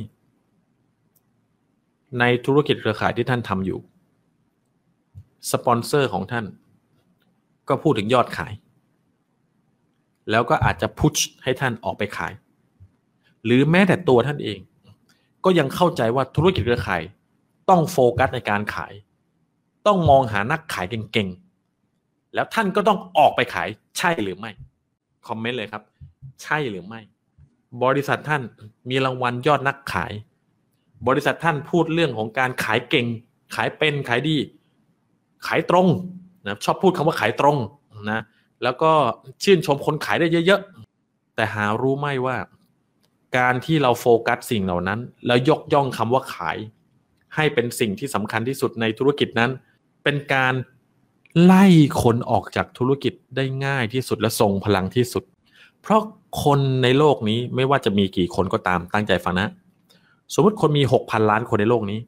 ในธุรกิจเครือข่ายที่ท่านทำอยู่สปอนเซอร์ของท่านก็พูดถึงยอดขายแล้วก็อาจจะพุชให้ท่านออกไปขายหรือแม้แต่ตัวท่านเองก็ยังเข้าใจว่าธุรกิจเครือข่ายต้องโฟกัสในการขายต้องมองหานักขายเก่งๆแล้วท่านก็ต้องออกไปขายใช่หรือไม่คอมเมนต์เลยครับใช่หรือไม่บริษัทท่านมีรางวัลยอดนักขายบริษัทท่านพูดเรื่องของการขายเก่งขายเป็นขายดีขายตรงนะชอบพูดคำว่าขายตรงนะแล้วก็ชื่นชมคนขายได้เยอะๆแต่หารู้ไหมว่าการที่เราโฟกัสสิ่งเหล่านั้นแล้วยกย่องคำว่าขายให้เป็นสิ่งที่สำคัญที่สุดในธุรกิจนั้นเป็นการไล่คนออกจากธุรกิจได้ง่ายที่สุดและทรงพลังที่สุดเพราะคนในโลกนี้ไม่ว่าจะมีกี่คนก็ตามตั้งใจฟังนะสมมติคนมี 6,000 ล้านคนในโลกนี้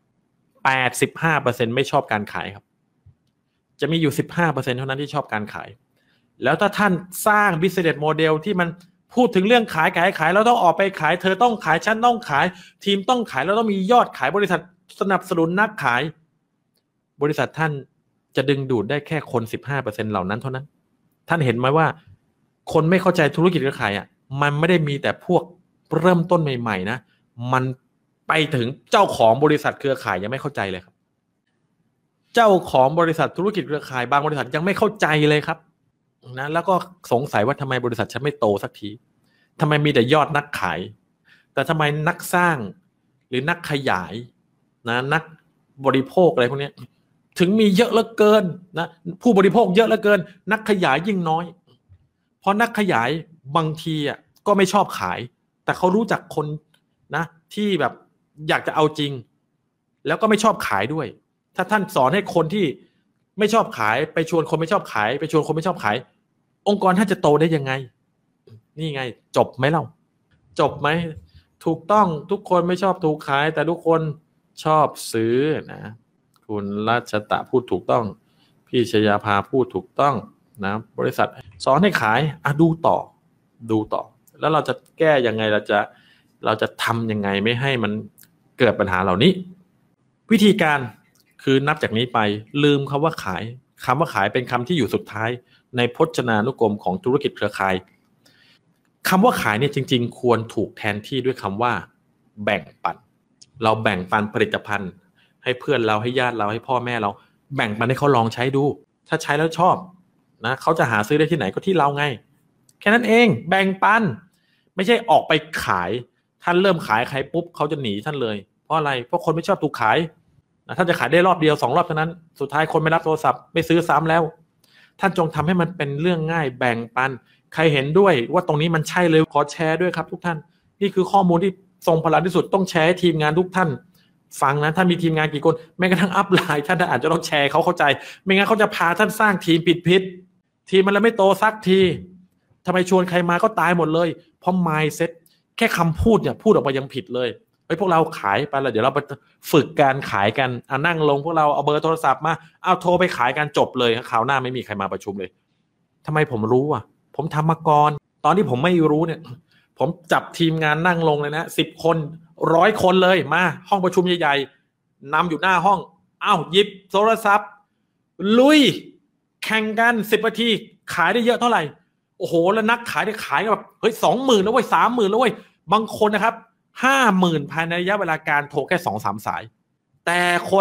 85% ไม่ชอบการขายครับจะมีอยู่ 15% เท่านั้นที่ชอบการขายแล้วถ้าท่านสร้าง business model ที่มันพูดถึงเรื่องขายแล้วต้องออกไปขายเธอต้องขายฉันต้องขายทีมต้องขายแล้วต้องมียอดขายบริษัทสนับสนุนนักขายบริษัทท่านจะดึงดูดได้แค่คน 15% เหล่านั้นเท่านั้นท่านเห็นไหมว่าคนไม่เข้าใจธุรกิจการขายมันไม่ได้มีแต่พวกเริ่มต้นใหม่ๆนะมันไปถึงเจ้าของบริษัทเครือข่ายยังไม่เข้าใจเลยครับเจ้าของบริษัทธุรกิจเครือข่ายบางบริษัทยังไม่เข้าใจเลยครับนะแล้วก็สงสัยว่าทำไมบริษัทฉันไม่โตสักทีทำไมมีแต่ยอดนักขายแต่ทำไมนักสร้างหรือนักขยายนะนักบริโภคอะไรพวกนี้ถึงมีเยอะเหลือเกินนะผู้บริโภคเยอะเหลือเกินนักขยายยิ่งน้อยเพราะนักขยายบางทีก็ไม่ชอบขายแต่เขารู้จักคนนะที่แบบอยากจะเอาจริงแล้วก็ไม่ชอบขายด้วยถ้าท่านสอนให้คนที่ไม่ชอบขายไปชวนคนไม่ชอบขายไปชวนคนไม่ชอบขายองค์กรท่านจะโตได้ยังไงนี่ไงจบไหมเล่าจบไหมถูกต้องทุกคนไม่ชอบถูกขายแต่ทุกคนชอบซื้อนะคุณรัชตะพูดถูกต้องพี่ชยาภาพูดถูกต้องนะบริษัทสอนให้ขายดูต่อแล้วเราจะแก้ยังไงเราจะทำยังไงไม่ให้มันเกิดปัญหาเหล่านี้วิธีการคือนับจากนี้ไปลืมคำว่าขายเป็นคำที่อยู่สุดท้ายในพจนานุกรมของธุรกิจเครือข่ายคำว่าขายเนี่ยจริงๆควรถูกแทนที่ด้วยคำว่าแบ่งปันเราแบ่งปันผลิตภัณฑ์ให้เพื่อนเราให้ญาติเราให้พ่อแม่เราแบ่งปันให้เขาลองใช้ดูถ้าใช้แล้วชอบนะเขาจะหาซื้อได้ที่ไหนก็ที่เราไงแค่นั้นเองแบ่งปันไม่ใช่ออกไปขายท่านเริ่มขายใครปุ๊บเขาจะหนีท่านเลยเพราะอะไรเพราะคนไม่ชอบถูกขายท่านจะขายได้รอบเดียว2รอบเท่านั้นสุดท้ายคนไม่รับโทรศัพท์ไม่ซื้อซ้ำแล้วท่านจงทำให้มันเป็นเรื่องง่ายแบ่งปันใครเห็นด้วยว่าตรงนี้มันใช่เลยขอแชร์ด้วยครับทุกท่านนี่คือข้อมูลที่ทรงพลังที่สุดต้องแชร์ให้ทีมงานทุกท่านฟังนะท่านมีทีมงานกี่คนแม้กระทั่งอัพไลน์ท่านอาจจะต้องแชร์เขาเข้าใจไม่งั้นเขาจะพาท่านสร้างทีมผิดทีมมันแล้วไม่โตสักทีทำไมชวนใครมาก็ตายหมดเลยเพราะ mindset แค่คำพูดเนี่ยพูดออกมายังผิดเลยพวกเราขายไปแล้วเดี๋ยวเราไปฝึกการขายกันนั่งลงพวกเราเอาเบอร์โทรศัพท์มาเอาโทรไปขายกันจบเลยคราวหน้าไม่มีใครมาประชุมเลยทำไมผมรู้ผมทำมาก่อนตอนที่ผมไม่รู้เนี่ยผมจับทีมงานนั่งลงเลยนะ10 คน100 คนเลยมาห้องประชุมใหญ่ๆนำอยู่หน้าห้องหยิบโทรศัพท์ลุยแข่งกัน10 นาทีขายได้เยอะเท่าไหร่โอ้โหแล้วนักขายได้ขายแบบเฮ้ย 20,000 แล้วเว้ย 30,000 แล้วเว้ยบางคนนะครับ50,000ภายในระยะเวลาการโทรแค่ 2-3 สายแต่คน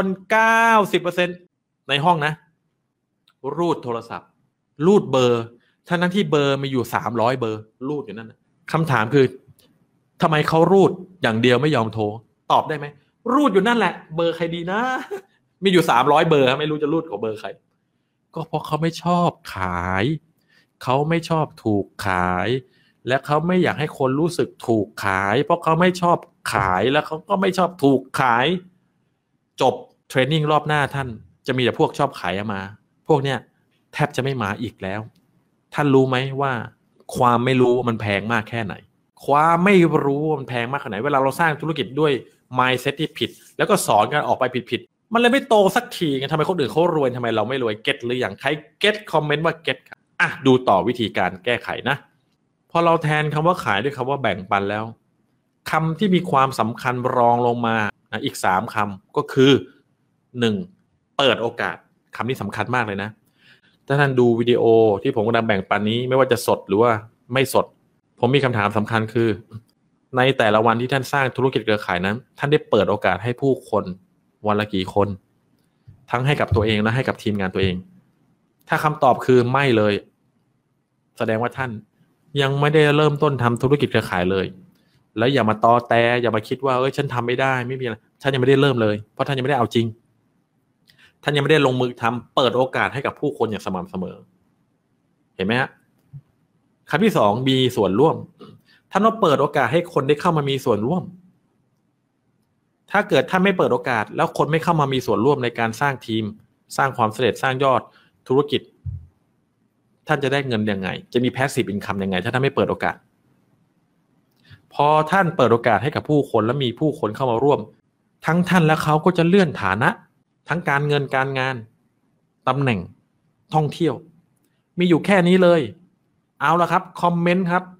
90% ในห้องนะรูดโทรศัพท์รูดเบอร์ทั้งที่เบอร์มีอยู่300เบอร์รูดอยู่นั่นนะคำถามคือทำไมเขารูดอย่างเดียวไม่ยอมโทรตอบได้ไหมรูดอยู่นั่นแหละเบอร์ใครดีนะมีอยู่300เบอร์ไม่รู้จะรูดกับเบอร์ใครก็เพราะเขาไม่ชอบขายเขาไม่ชอบถูกขายและเขาไม่อยากให้คนรู้สึกถูกขายเพราะเขาไม่ชอบขายแล้วเขาก็ไม่ชอบถูกขายจบเทรนนิ่งรอบหน้าท่านจะมีแต่พวกชอบขายมาพวกเนี้ยแทบจะไม่มาอีกแล้วท่านรู้ไหมว่าความไม่รู้มันแพงมากแค่ไหนความไม่รู้มันแพงมากขนาดไหนเวลาเราสร้างธุรกิจด้วย mindset ที่ผิดแล้วก็สอนกันออกไปผิดมันเลยไม่โตสักทีไงทำไมคนอื่นเขารวยทำไมเราไม่รวยเก็ตหรืออย่างใครเก็ตคอมเมนต์ว่าเก็ตดูต่อวิธีการแก้ไขนะพอเราแทนคำว่าขายด้วยคำว่าแบ่งปันแล้วคำที่มีความสำคัญรองลงมาอีก3คำก็คือ 1. เปิดโอกาสคำนี้สำคัญมากเลยนะถ้าท่านดูวิดีโอที่ผมกำลังแบ่งปันนี้ไม่ว่าจะสดหรือว่าไม่สดผมมีคำถามสำคัญคือในแต่ละวันที่ท่านสร้างธุรกิจเครือข่ายนั้นท่านได้เปิดโอกาสให้ผู้คนวันละกี่คนทั้งให้กับตัวเองและให้กับทีมงานตัวเองถ้าคำตอบคือไม่เลยแสดงว่าท่านยังไม่ได้เริ่มต้นทำธุรกิจเครือข่ายเลยแล้วอย่ามาตอแตอย่ามาคิดว่าฉันทำไม่ได้ไม่มีอะไรท่านยังไม่ได้เริ่มเลยเพราะท่านยังไม่ได้เอาจริงท่านยังไม่ได้ลงมือทำเปิดโอกาสให้กับผู้คนอย่างสม่ำเสมอเห็นไหมฮะคำที่สองมีส่วนร่วมท่านต้องเปิดโอกาสให้คนได้เข้ามามีส่วนร่วมถ้าเกิดท่านไม่เปิดโอกาสแล้วคนไม่เข้ามามีส่วนร่วมในการสร้างทีมสร้างความสำเร็จสร้างยอดธุรกิจท่านจะได้เงินยังไงจะมี passive income ยังไงถ้าท่านไม่เปิดโอกาสพอท่านเปิดโอกาสให้กับผู้คนและมีผู้คนเข้ามาร่วมทั้งท่านและเขาก็จะเลื่อนฐานะทั้งการเงินการงานตำแหน่งท่องเที่ยวมีอยู่แค่นี้เลยเอาละครับคอมเมนต์ครับ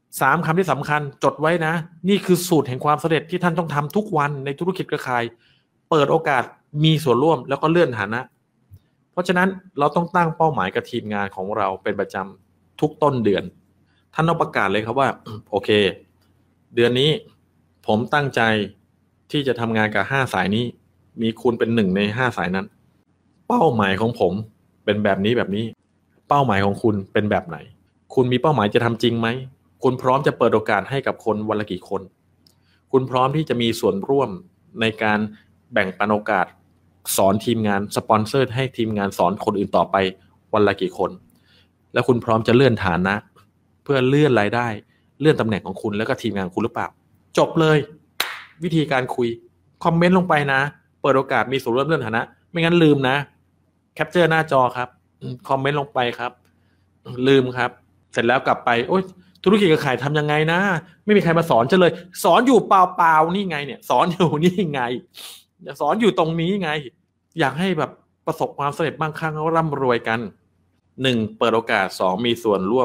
3 คำที่สำคัญจดไว้นะนี่คือสูตรแห่งความสำเร็จที่ท่านต้องทำทุกวันในธุรกิจเครือข่ายเปิดโอกาสมีส่วนร่วมแล้วก็เลื่อนฐานะเพราะฉะนั้นเราต้องตั้งเป้าหมายกับทีมงานของเราเป็นประจำทุกต้นเดือนท่านต้องประกาศเลยครับว่าโอเคเดือนนี้ผมตั้งใจที่จะทำงานกับ5 สายนี้มีคุณเป็น1 ใน 5 สายนั้นเป้าหมายของผมเป็นแบบนี้แบบนี้เป้าหมายของคุณเป็นแบบไหนคุณมีเป้าหมายจะทำจริงไหมคุณพร้อมจะเปิดโอกาสให้กับคนวันละกี่คนคุณพร้อมที่จะมีส่วนร่วมในการแบ่งปันโอกาสสอนทีมงานสปอนเซอร์ให้ทีมงานสอนคนอื่นต่อไปวันละกี่คนแล้วคุณพร้อมจะเลื่อนฐานะเพื่อเลื่อนรายได้เลื่อนตำแหน่งของคุณแล้วก็ทีมงานคุณหรือเปล่าจบเลยวิธีการคุยคอมเมนต์ลงไปนะเปิดโอกาสมีส่วนร่วมเลื่อนฐานะไม่งั้นลืมนะแคปเจอร์หน้าจอครับคอมเมนต์ลงไปครับลืมครับเสร็จแล้วกลับไปโอ๊ยธุรกิจเครือข่ายทำยังไงนะไม่มีใครมาสอนฉันเลยสอนอยู่เปล่าๆนี่ไงเนี่ยสอนอยู่นี่ไงสอนอยู่ตรงนี้ไงอยากให้แบบประสบความสำเร็จบางครั้งแล้วร่ำรวยกัน1เปิดโอกาส2มีส่วนร่วม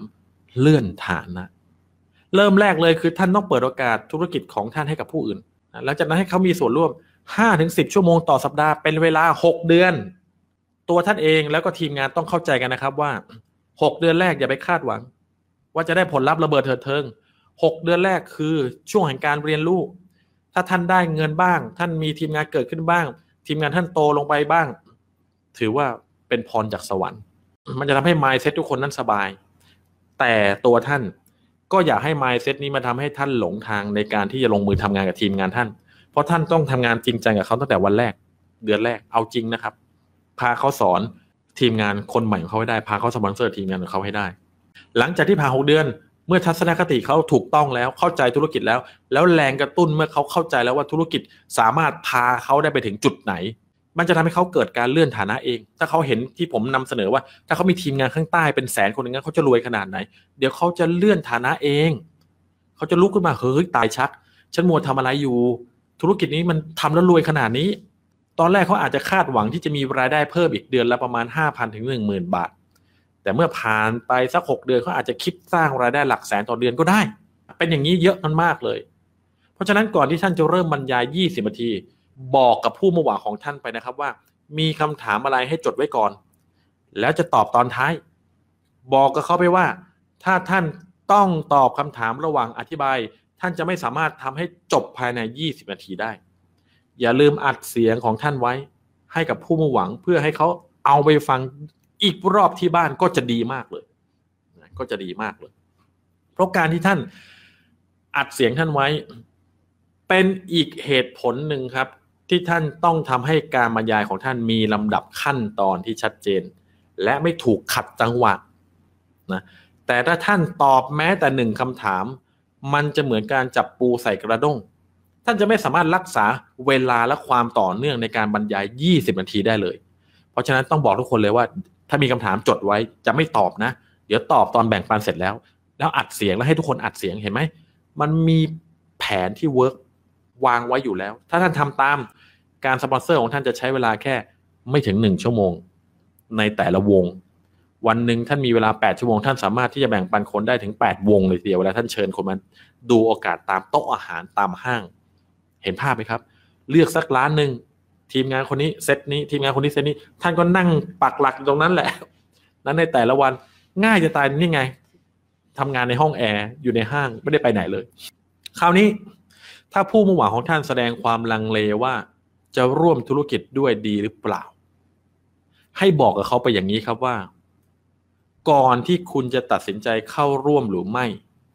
3เลื่อนฐานะเริ่มแรกเลยคือท่านต้องเปิดโอกาสธุรกิจของท่านให้กับผู้อื่นหลังจากนั้นให้เขามีส่วนร่วม 5-10 ชั่วโมงต่อสัปดาห์เป็นเวลา6 เดือนตัวท่านเองแล้วก็ทีมงานต้องเข้าใจกันนะครับว่า6 เดือนแรกอย่าไปคาดหวังว่าจะได้ผลลัพธ์ระเบิดเถิดเทิง6 เดือนแรกคือช่วงแห่งการเรียนรู้ถ้าท่านได้เงินบ้างท่านมีทีมงานเกิดขึ้นบ้างทีมงานท่านโตลงไปบ้างถือว่าเป็นพรจากสวรรค์มันจะทำให้ mindset ทุกคนนั้นสบายแต่ตัวท่านก็อย่าให้ mindset นี้มาทำให้ท่านหลงทางในการที่จะลงมือทำงานกับทีมงานท่านเพราะท่านต้องทำงานจริงจังกับเขาตั้งแต่วันแรกเดือนแรกเอาจริงนะครับพาเขาสอนทีมงานคนใหม่ของเขาให้ได้พาเขาสปอนเซอร์ทีมงานของเขาให้ได้หลังจากที่ผ่าน6 เดือนเมื่อทัศนคติเขาถูกต้องแล้วเข้าใจธุรกิจแล้วแรงกระตุ้นเมื่อเขาเข้าใจแล้วว่าธุรกิจสามารถพาเขาได้ไปถึงจุดไหนมันจะทำให้เขาเกิดการเลื่อนฐานะเองถ้าเขาเห็นที่ผมนำเสนอว่าถ้าเขามีทีมงานข้างใต้เป็น100,000 คนอย่างนั้นเขาจะรวยขนาดไหนเดี๋ยวเขาจะเลื่อนฐานะเองเขาจะลุกขึ้นมาเฮ้ยตายชักฉันมัวทำอะไรอยู่ธุรกิจนี้มันทำแล้วรวยขนาดนี้ตอนแรกเขาอาจจะคาดหวังที่จะมีรายได้เพิ่มอีกเดือนละประมาณ 5,000 ถึง 10,000 บาทแต่เมื่อผ่านไปสัก6 เดือนเขาอาจจะคิดสร้างรายได้หลักแสนต่อเดือนก็ได้เป็นอย่างนี้เยอะมากเลยเพราะฉะนั้นก่อนที่ท่านจะเริ่มบรรยาย20 นาทีบอกกับผู้มาหวังของท่านไปนะครับว่ามีคำถามอะไรให้จดไว้ก่อนแล้วจะตอบตอนท้ายบอกกับเขาไปว่าถ้าท่านต้องตอบคำถามระหว่างอธิบายท่านจะไม่สามารถทำให้จบภายใน20 นาทีได้อย่าลืมอัดเสียงของท่านไว้ให้กับผู้มาหวังเพื่อให้เขาเอาไปฟังอีกรอบที่บ้านก็จะดีมากเลยก็จะดีมากเลยเพราะการที่ท่านอัดเสียงท่านไว้เป็นอีกเหตุผลหนึ่งครับที่ท่านต้องทำให้การบรรยายของท่านมีลำดับขั้นตอนที่ชัดเจนและไม่ถูกขัดจังหวะนะแต่ถ้าท่านตอบแม้แต่1 คำถามมันจะเหมือนการจับปูใส่กระด้งท่านจะไม่สามารถรักษาเวลาและความต่อเนื่องในการบรรยาย20 นาทีได้เลยเพราะฉะนั้นต้องบอกทุกคนเลยว่าถ้ามีคำถามจดไว้จะไม่ตอบนะเดี๋ยวตอบตอนแบ่งปันเสร็จแล้วอัดเสียงแล้วให้ทุกคนอัดเสียงเห็นไหมมันมีแผนที่เวิร์กวางไว้อยู่แล้วถ้าท่านทำตามการสปอนเซอร์ของท่านจะใช้เวลาแค่ไม่ถึง1 ชั่วโมงในแต่ละวงวันหนึ่งท่านมีเวลา8 ชั่วโมงท่านสามารถที่จะแบ่งปันคนได้ถึง8 วงเลยทีเดียวเวลาท่านเชิญคนมาดูโอกาสตามโต๊ะอาหารตามห้างเห็นภาพไหมครับเลือกสักร้านนึงทีมงานคนนี้เซตนี้ทีมงานคนนี้เซตนี้ท่านก็นั่งปักหลักอยู่ตรงนั้นแหละนั้นในแต่ละวันง่ายจะตายนี่ไงทำงานในห้องแอร์อยู่ในห้างไม่ได้ไปไหนเลยคราวนี้ถ้าผู้มุ่งหวังของท่านแสดงความลังเลว่าจะร่วมธุรกิจด้วยดีหรือเปล่าให้บอกกับเขาไปอย่างนี้ครับว่าก่อนที่คุณจะตัดสินใจเข้าร่วมหรือไม่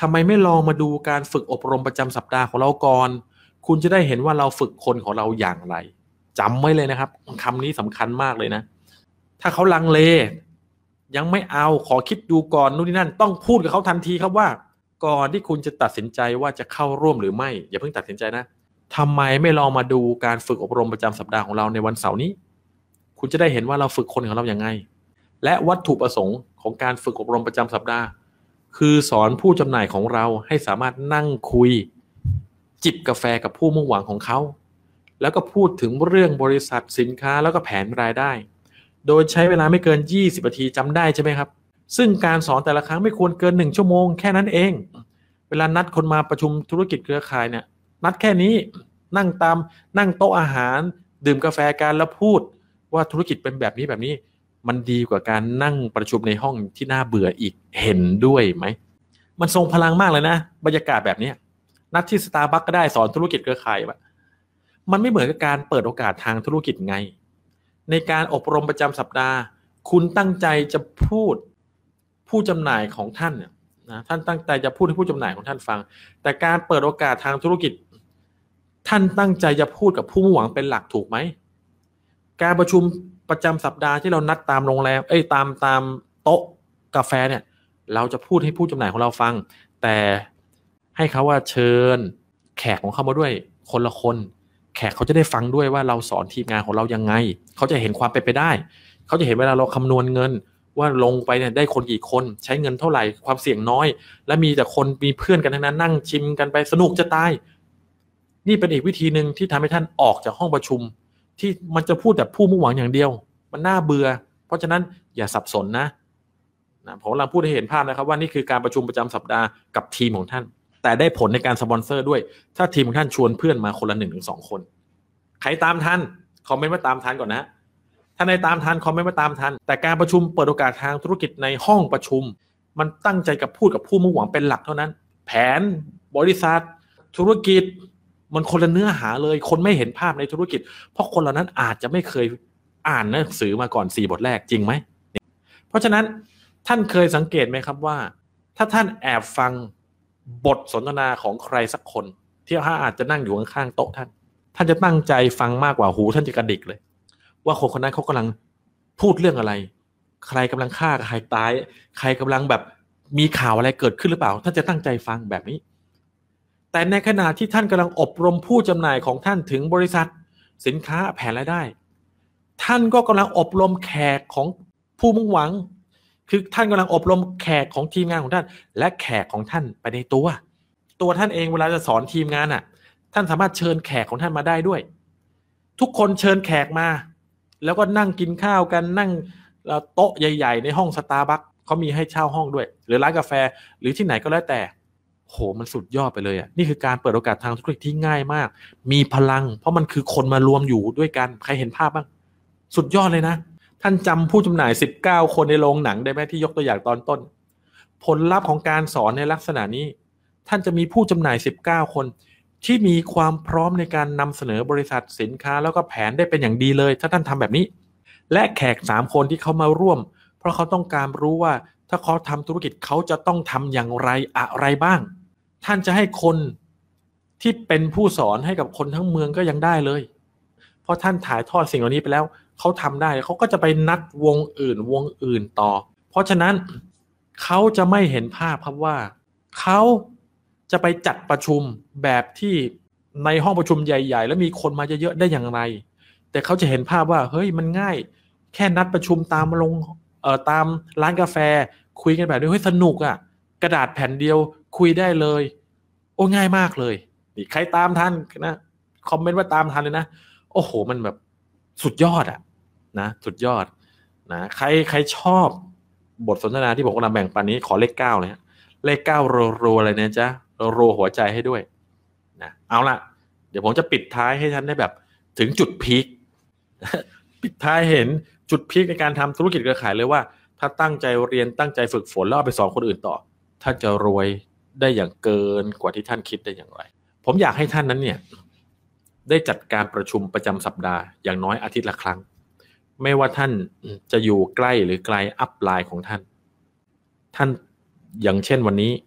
ทำไมไม่ลองมาดูการฝึกอบรมประจำสัปดาห์ของเราก่อนคุณจะได้เห็นว่าเราฝึกคนของเราอย่างไรจำไว้เลยนะครับคำนี้สำคัญมากเลยนะถ้าเขาลังเลยังไม่เอาขอคิดดูก่อนนู่นนี่นั่นต้องพูดกับเขาทันทีครับว่าก่อนที่คุณจะตัดสินใจว่าจะเข้าร่วมหรือไม่อย่าเพิ่งตัดสินใจนะทำไมไม่ลองมาดูการฝึกอบรมประจำสัปดาห์ของเราในวันเสาร์นี้คุณจะได้เห็นว่าเราฝึกคนของเราอย่างไงและวัตถุประสงค์ของการฝึกอบรมประจำสัปดาห์คือสอนผู้จำหน่ายของเราให้สามารถนั่งคุยจิบกาแฟกับผู้มุ่งหวังของเขาแล้วก็พูดถึงเรื่องบริษัทสินค้าแล้วก็แผนรายได้โดยใช้เวลาไม่เกิน20นาทีจำได้ใช่ไหมครับซึ่งการสอนแต่ละครั้งไม่ควรเกิน1ชั่วโมงแค่นั้นเองเวลานัดคนมาประชุมธุรกิจเครือข่ายเนี่ยนัดแค่นี้นั่งโต๊ะอาหารดื่มกาแฟกันแล้วพูดว่าธุรกิจเป็นแบบนี้มันดีกว่าการนั่งประชุมในห้องที่น่าเบื่ออีกเห็นด้วยไหมมันทรงพลังมากเลยนะบรรยากาศแบบนี้นัดที่สตาร์บัคก็ได้สอนธุรกิจเครือข่ายมันไม่เหมือนกับการเปิดโอกาสทางธุรกิจไงในการอบรมประจำสัปดาห์คุณตั้งใจจะพูดผู้จำหน่ายของท่านนะท่านตั้งใจจะพูดให้ผู้จำหน่ายของท่านฟังแต่การเปิดโอกาสทางธุรกิจท่านตั้งใจจะพูดกับผู้มุ่งหวังเป็นหลักถูกไหมการประชุมประจำสัปดาห์ที่เรานัดตามโรงแรมตามโต๊ะกาแฟเนี่ยเราจะพูดให้ผู้จำหน่ายของเราฟังแต่ให้เขาว่าเชิญแขกของเขามาด้วยคนละคนแขกเขาจะได้ฟังด้วยว่าเราสอนทีมงานของเรายังไงเขาจะเห็นความเป็นไปได้เขาจะเห็นเวลาเราคำนวณเงินว่าลงไปเนี่ยได้คนกี่คนใช้เงินเท่าไหร่ความเสี่ยงน้อยและมีแต่คนมีเพื่อนกันทั้งนั้นนั่งชิมกันไปสนุกจะตายนี่เป็นอีกวิธีนึงที่ทำให้ท่านออกจากห้องประชุมที่มันจะพูดแต่ผู้มุ่งหวังอย่างเดียวมันน่าเบื่อเพราะฉะนั้นอย่าสับสนนะผมกำลังพูดให้เห็นภาพนะครับว่านี่คือการประชุมประจำสัปดาห์กับทีมของท่านแต่ได้ผลในการสปอนเซอร์ด้วยถ้าทีมของท่านชวนเพื่อนมาคนละ 1-2 คนใครตามทันคอมเมนต์ว่าตามทันก่อนนะถ้าในตามทันคอมเมนต์ว่าตามทันแต่การประชุมเปิดโอกาสทางธุรกิจในห้องประชุมมันตั้งใจกับพูดกับผู้มุ่งหวังเป็นหลักเท่านั้นแผนบริษัทธุรกิจมันคนละเนื้อหาเลยคนไม่เห็นภาพในธุรกิจเพราะคนเหล่านั้นอาจจะไม่เคยอ่านหนังสือมาก่อน4 บทแรกจริงไหมเพราะฉะนั้นท่านเคยสังเกตไหมครับว่าถ้าท่านแอบฟังบทสนทนาของใครสักคนที่อาจจะนั่งอยู่ข้างๆโต๊ะท่านจะตั้งใจฟังมากกว่าหูท่านจะกระดิกเลยว่าคนนั้นเขากำลังพูดเรื่องอะไรใครกำลังฆ่าใครตายใครกำลังแบบมีข่าวอะไรเกิดขึ้นหรือเปล่าท่านจะตั้งใจฟังแบบนี้แต่ในขณะที่ท่านกำลังอบรมผู้จำหน่ายของท่านถึงบริษัทสินค้าแผนรายได้ท่านก็กำลังอบรมแขกของผู้มุ่งหวังคือท่านกำลังอบรมแขกของทีมงานของท่านและแขกของท่านไปในตัวท่านเองเวลาจะสอนทีมงานท่านสามารถเชิญแขกของท่านมาได้ด้วยทุกคนเชิญแขกมาแล้วก็นั่งกินข้าวกันนั่งโต๊ะใหญ่ๆในห้องสตาร์บัคเขามีให้เช่าห้องด้วยหรือร้านกาแฟหรือที่ไหนก็แล้วแต่โหมันสุดยอดไปเลยนี่คือการเปิดโอกาสทางธุรกิจที่ง่ายมากมีพลังเพราะมันคือคนมารวมอยู่ด้วยกันใครเห็นภาพบ้างสุดยอดเลยนะท่านจำผู้จำหน่าย19 คนในโรงหนังได้ไหมที่ยกตัวอย่างตอนต้นผลลัพธ์ของการสอนในลักษณะนี้ท่านจะมีผู้จำหน่าย19 คนที่มีความพร้อมในการนำเสนอบริษัทสินค้าแล้วก็แผนได้เป็นอย่างดีเลยถ้าท่านทำแบบนี้และแขก3 คนที่เขามาร่วมเพราะเขาต้องการรู้ว่าถ้าเขาทำธุรกิจเขาจะต้องทำอย่างไรอะไรบ้างท่านจะให้คนที่เป็นผู้สอนให้กับคนทั้งเมืองก็ยังได้เลยเพราะท่านถ่ายทอดสิ่งเหล่านี้ไปแล้วเขาทำได้เขาก็จะไปนัดวงอื่นต่อเพราะฉะนั้นเขาจะไม่เห็นภาพครับว่าเขาจะไปจัดประชุมแบบที่ในห้องประชุมใหญ่ๆแล้วมีคนมาเยอะๆได้อย่างไรแต่เขาจะเห็นภาพว่าเฮ้ยมันง่ายแค่นัดประชุมตามร้านกาแฟคุยกันแบบนี้เฮ้ยสนุกกระดาษแผ่นเดียวคุยได้เลยโอ้ง่ายมากเลยนี่ใครตามทันนะคอมเมนต์ว่าตามทันเลยนะโอ้โหมันแบบสุดยอดนะสุดยอดนะใครชอบบทสนทนาที่ผมกำลังแบ่งปันนี้ขอเลข 9เลยฮะเลข 9รัวๆเลยนะจ๊ะรัวหัวใจให้ด้วยนะเอาล่ะเดี๋ยวผมจะปิดท้ายให้ท่านได้แบบถึงจุดพีค ปิดท้ายเห็นจุดพีคในการทำธุรกิจเครือข่ายเลยว่าถ้าตั้งใจเรียนตั้งใจฝึกฝนแล้วเอาไปสอนคนอื่นต่อท่านจะรวยได้อย่างเกินกว่าที่ท่านคิดได้อย่างไรผมอยากให้ท่านนั้นเนี่ยได้จัดการประชุมประจำสัปดาห์อย่างน้อยอาทิตย์ละครั้งไม่ว่าท่านจะอยู่ใกล้หรือไกลอัพไลน์ของท่านอย่างเช่นวันนี้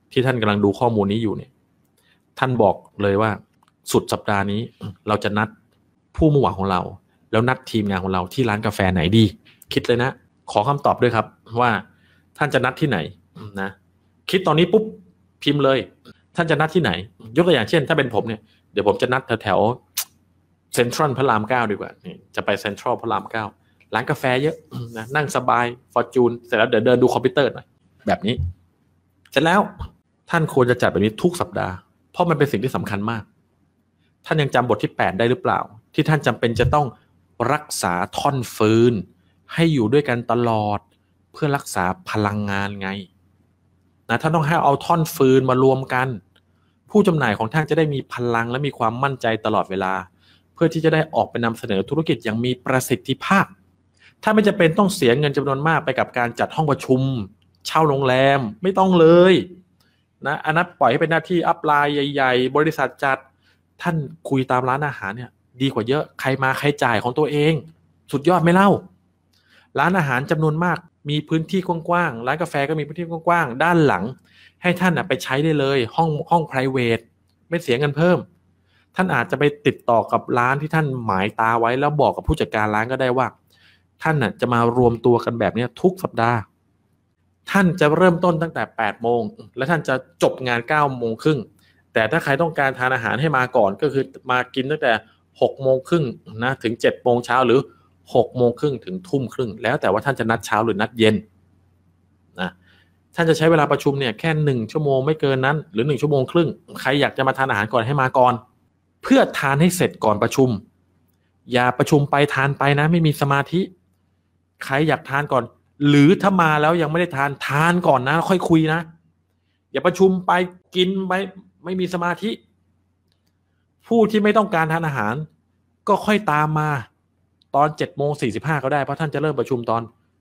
ที่ท่านกำลังดูข้อมูลนี้อยู่เนี่ยท่านบอกเลยว่าสุดสัปดาห์นี้เราจะนัดผู้มุ่งหวังของเราแล้วนัดทีมงานของเราที่ร้านกาแฟไหนดีคิดเลยนะขอคำตอบด้วยครับว่าท่านจะนัดที่ไหนนะคิดตอนนี้ปุ๊บพิมพ์เลยท่านจะนัดที่ไหนยกตัวอย่างเช่นถ้าเป็นผมเนี่ยเดี๋ยวผมจะนัดแถวเซ็นทรัลพระราม9ดีกว่าจะไปเซ็นทรัลพระราม9ร้านกาแฟเยอะนะนั่งสบายฟอร์จูนเสร็จแล้วเดี๋ยวเดินดูคอมพิวเตอร์หน่อยแบบนี้เสร็จแล้วท่านควรจะจัดแบบนี้ทุกสัปดาห์เพราะมันเป็นสิ่งที่สำคัญมากท่านยังจำบทที่8ได้หรือเปล่าที่ท่านจำเป็นจะต้องรักษาท่อนฟืนให้อยู่ด้วยกันตลอดเพื่อรักษาพลังงานไงนะท่านต้องให้เอาท่อนฟืนมารวมกันผู้จำหน่ายของท่านจะได้มีพลังและมีความมั่นใจตลอดเวลาเพื่อที่จะได้ออกไปนำเสนอธุรกิจอย่างมีประสิทธิภาพถ้าไม่จำเป็นต้องเสียเงินจำนวนมากไปกับการจัดห้องประชุมเช่าโรงแรมไม่ต้องเลยนะอันนั้นปล่อยให้เป็นหน้าที่อัพไลน์ใหญ่ๆบริษัทจัดท่านคุยตามร้านอาหารเนี่ยดีกว่าเยอะใครมาใครจ่ายของตัวเองสุดยอดไหมเล่าร้านอาหารจำนวนมากมีพื้นที่กว้างๆร้านกาแฟก็มีพื้นที่กว้างๆด้านหลังให้ท่านไปใช้ได้เลยห้อง private ไม่เสียเงินเพิ่มท่านอาจจะไปติดต่อกับร้านที่ท่านหมายตาไว้แล้วบอกกับผู้จัดการร้านก็ได้ว่าท่านจะมารวมตัวกันแบบนี้ทุกสัปดาห์ท่านจะเริ่มต้นตั้งแต่ 8 โมงและท่านจะจบงาน 9 โมงครึ่งแต่ถ้าใครต้องการทานอาหารให้มาก่อนก็คือมากินตั้งแต่ 6 โมงครึ่งนะถึง 7 โมงเช้าหรือ 6 โมงครึ่งถึงทุ่มครึ่งแล้วแต่ว่าท่านจะนัดเช้าหรือนัดเย็นนะท่านจะใช้เวลาประชุมเนี่ยแค่1 ชั่วโมงไม่เกินนั้นหรือ1 ชั่วโมงครึ่งใครอยากจะมาทานอาหารก่อนให้มาก่อนเพื่อทานให้เสร็จก่อนประชุมอย่าประชุมไปทานไปนะไม่มีสมาธิใครอยากทานก่อนหรือถ้ามาแล้วยังไม่ได้ทานก่อนนะค่อยคุยนะอย่าประชุมไปกินไปไม่มีสมาธิผู้ที่ไม่ต้องการทานอาหารก็ค่อยตามมาตอน 7:45 ก็ได้เพราะท่านจะเริ่มประชุมตอน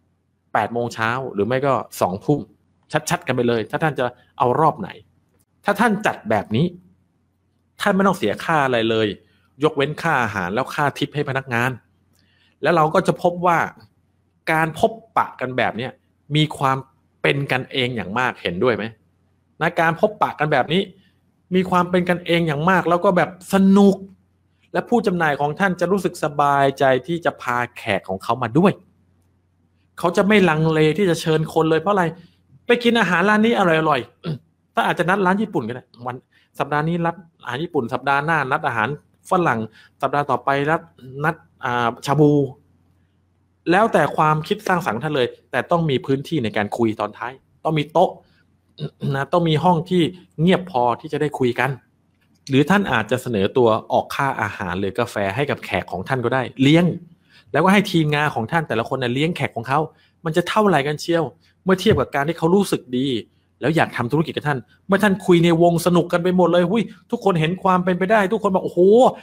8 โมงเช้าหรือไม่ก็ 2 ทุ่มชัดๆกันไปเลยถ้าท่านจะเอารอบไหนถ้าท่านจัดแบบนี้ท่านไม่ต้องเสียค่าอะไรเลยยกเว้นค่าอาหารแล้วค่าทิปให้พนักงานแล้วเราก็จะพบว่าการพบปะกันแบบนี้มีความเป็นกันเองอย่างมากเห็นด้วยไหมนะการพบปะกันแบบนี้มีความเป็นกันเองอย่างมากแล้วก็แบบสนุกและผู้จำหน่ายของท่านจะรู้สึกสบายใจที่จะพาแขกของเขามาด้วยเขาจะไม่ลังเลที่จะเชิญคนเลยเพราะอะไรไปกินอาหารร้านนี้อร่อยๆถ้าอาจจะนัดร้านญี่ปุ่นก็ได้วันสัปดาห์นี้นัดอาหารญี่ปุ่นสัปดาห์หน้านัดอาหารฝรั่งสัปดาห์ต่อไปนัดชาบูแล้วแต่ความคิดสร้างสรรค์ท่านเลยแต่ต้องมีพื้นที่ในการคุยตอนท้ายต้องมีโต๊ะนะต้องมีห้องที่เงียบพอที่จะได้คุยกันหรือท่านอาจจะเสนอตัวออกค่าอาหารหรือกาแฟให้กับแขกของท่านก็ได้เลี้ยงแล้วก็ให้ทีมงานของท่านแต่ละคนเลี้ยงแขกของเขามันจะเท่าไหร่กันเชียวเมื่อเทียบกับการที่เขารู้สึกดีแล้วอยากทำธุรกิจกับท่านเมื่อท่านคุยในวงสนุกกันไปหมดเลยทุกคนเห็นความเป็นไปได้ทุกคนบอกโอ้โห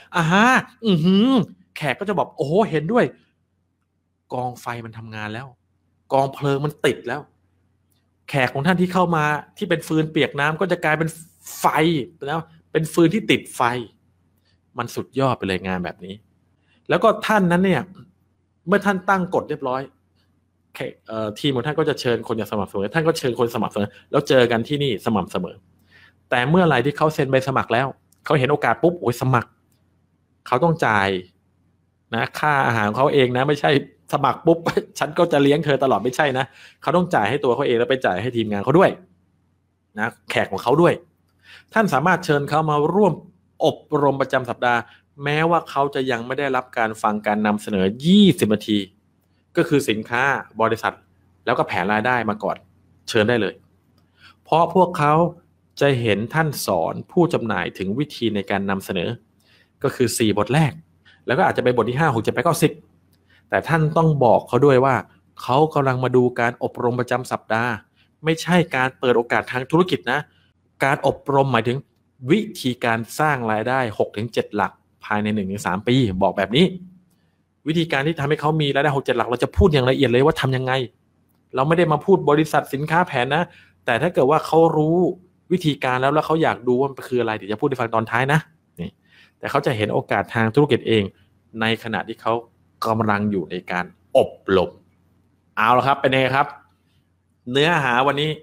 แขกก็จะบอกโอ้โหเห็นด้วยกองไฟมันทำงานแล้วกองเพลิงมันติดแล้วแขกของท่านที่เข้ามาที่เป็นฟืนเปียกน้ำก็จะกลายเป็นไฟแล้วเป็นฟืนที่ติดไฟมันสุดยอดไปเลยงานแบบนี้แล้วก็ท่านนั้นเนี่ยเมื่อท่านตั้งกฎเรียบร้อยทีมของท่านก็จะเชิญคนอย่างสม่ำเสมอท่านก็เชิญคนสม่ำเสมอแล้วเจอกันที่นี่สม่ำเสมอแต่เมื่อไหร่ที่เขาเซ็นใบสมัครแล้วเขาเห็นโอกาสปุ๊บโอ้ยสมัครเขาต้องจ่ายนะค่าอาหารของเขาเองนะไม่ใช่สมัครปุ๊บฉันก็จะเลี้ยงเธอตลอดไม่ใช่นะเขาต้องจ่ายให้ตัวเขาเองแล้วไปจ่ายให้ทีมงานเขาด้วยนะแขกของเขาด้วยท่านสามารถเชิญเขามาร่วมอบรมประจำสัปดาห์แม้ว่าเขาจะยังไม่ได้รับการฟังการนำเสนอ20 นาทีก็คือสินค้าบริษัทแล้วก็แผนรายได้มาก่อนเชิญได้เลยเพราะพวกเขาจะเห็นท่านสอนผู้จำหน่ายถึงวิธีในการนำเสนอก็คือ4 บทแรกแล้วก็อาจจะไปบทที่5 6 7 8 9 10แต่ท่านต้องบอกเขาด้วยว่าเขากำลังมาดูการอบรมประจำสัปดาห์ไม่ใช่การเปิดโอกาสทางธุรกิจนะการอบรมหมายถึงวิธีการสร้างรายได้ 6-7 หลักภายใน 1-3 ปีบอกแบบนี้วิธีการที่ทำให้เขามีรายได้ 6-7 หลักเราจะพูดอย่างละเอียดเลยว่าทำยังไงเราไม่ได้มาพูดบริษัทสินค้าแผนนะแต่ถ้าเกิดว่าเขารู้วิธีการแล้วเขาอยากดูว่ามันคืออะไรเดี๋ยวจะพูดให้ฟังตอนท้ายนะนี่แต่เขาจะเห็นโอกาสทางธุรกิจเองในขณะที่เขากำลังอยู่ในการอบรมเอาละครับเป็นไงครับเนื้อหาวันนี้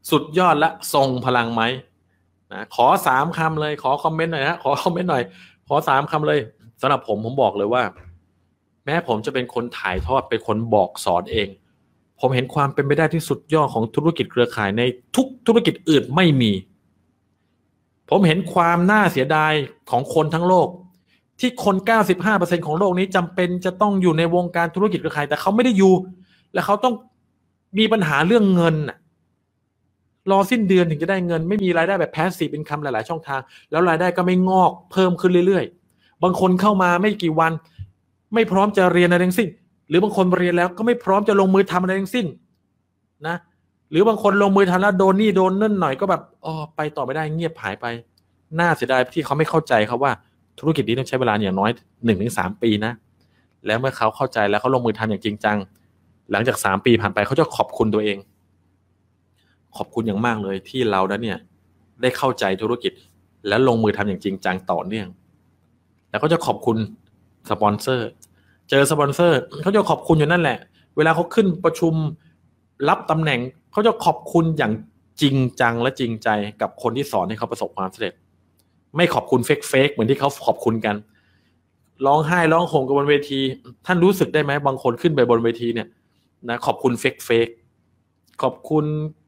สุดยอดและทรงพลังไหมนะขอ3 คำเลยขอคอมเมนต์หน่อยนะขอคอมเมนต์หน่อยขอ3 คำเลยสำหรับผมบอกเลยว่าแม้ผมจะเป็นคนถ่ายทอดเป็นคนบอกสอนเองผมเห็นความเป็นไปได้ที่สุดยอดของธุรกิจเครือข่ายในทุกธุรกิจอื่นไม่มีผมเห็นความน่าเสียดายของคนทั้งโลกที่คน 95% ของโลกนี้จำเป็นจะต้องอยู่ในวงการธุรกิจเครือข่ายแต่เขาไม่ได้อยู่และเขาต้องมีปัญหาเรื่องเงินรอสิ้นเดือนถึงจะได้เงินไม่มีรายได้แบบ passive income หลายๆช่องทางแล้วรายได้ก็ไม่งอกเพิ่มขึ้นเรื่อยๆบางคนเข้ามาไม่กี่วันไม่พร้อมจะเรียนอะไรทั้งสิ้นหรือบางคนเรียนแล้วก็ไม่พร้อมจะลงมือทำอะไรทั้งสิ้นนะหรือบางคนลงมือทำแล้วโดนนี่โดนนั่นหน่อยก็แบบไปต่อไม่ได้เงียบหายไปน่าเสียดายที่เขาไม่เข้าใจครับว่าธุรกิจนี้ต้องใช้เวลาอย่างน้อย 1-3 ปีนะแล้วเมื่อเขาเข้าใจแล้วเขาลงมือทำอย่างจริงจังหลังจาก3 ปีผ่านไปเขาจะขอบคุณตัวเองขอบคุณอย่างมากเลยที่เราเนี่ยได้เข้าใจธุรกิจและลงมือทำอย่างจริงจังต่อเนื่องแล้วก็จะขอบคุณสปอนเซอร์เจอสปอนเซอร์เขาจะขอบคุณอยู่นั่นแหละเวลาเขาขึ้นประชุมรับตำแหน่งเขาจะขอบคุณอย่างจริงจังและจริงใจกับคนที่สอนให้เขาประสบความสำเร็จไม่ขอบคุณเฟกเหมือนที่เขาขอบคุณกันร้องไห้ร้องโห่กันบนเวทีท่านรู้สึกได้ไหมบางคนขึ้นไปบนเวทีเนี่ยนะขอบคุณเฟกขอบคุณ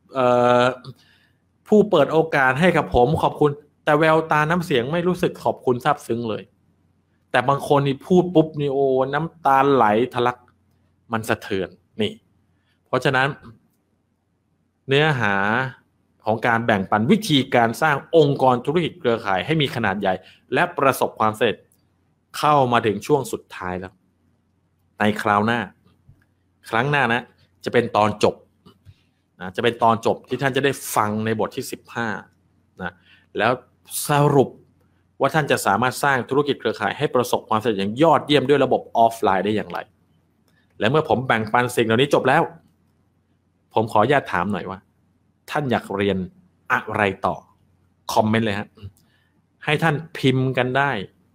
ผู้เปิดโอกาสให้กับผมขอบคุณแต่แววตาน้ำเสียงไม่รู้สึกขอบคุณซาบซึ้งเลยแต่บางคนนี่พูดปุ๊บนี่โอ้น้ำตาไหลทะลักมันสะเทือนนี่เพราะฉะนั้นเนื้อหาของการแบ่งปันวิธีการสร้างองค์กรธุรกิจเครือข่ายให้มีขนาดใหญ่และประสบความสำเร็จเข้ามาถึงช่วงสุดท้ายแล้วในคราวหน้าครั้งหน้านะจะเป็นตอนจบจะเป็นตอนจบที่ท่านจะได้ฟังในบทที่15นะแล้วสรุปว่าท่านจะสามารถสร้างธุรกิจเครือข่ายให้ประสบความสำเร็จอย่างยอดเยี่ยมด้วยระบบออฟไลน์ได้อย่างไรและเมื่อผมแบ่งปันสิ่งเหล่านี้จบแล้วผมขออนุญาตถามหน่อยว่าท่านอยากเรียนอะไรต่อคอมเมนต์เลยฮะให้ท่านพิมพ์กันได้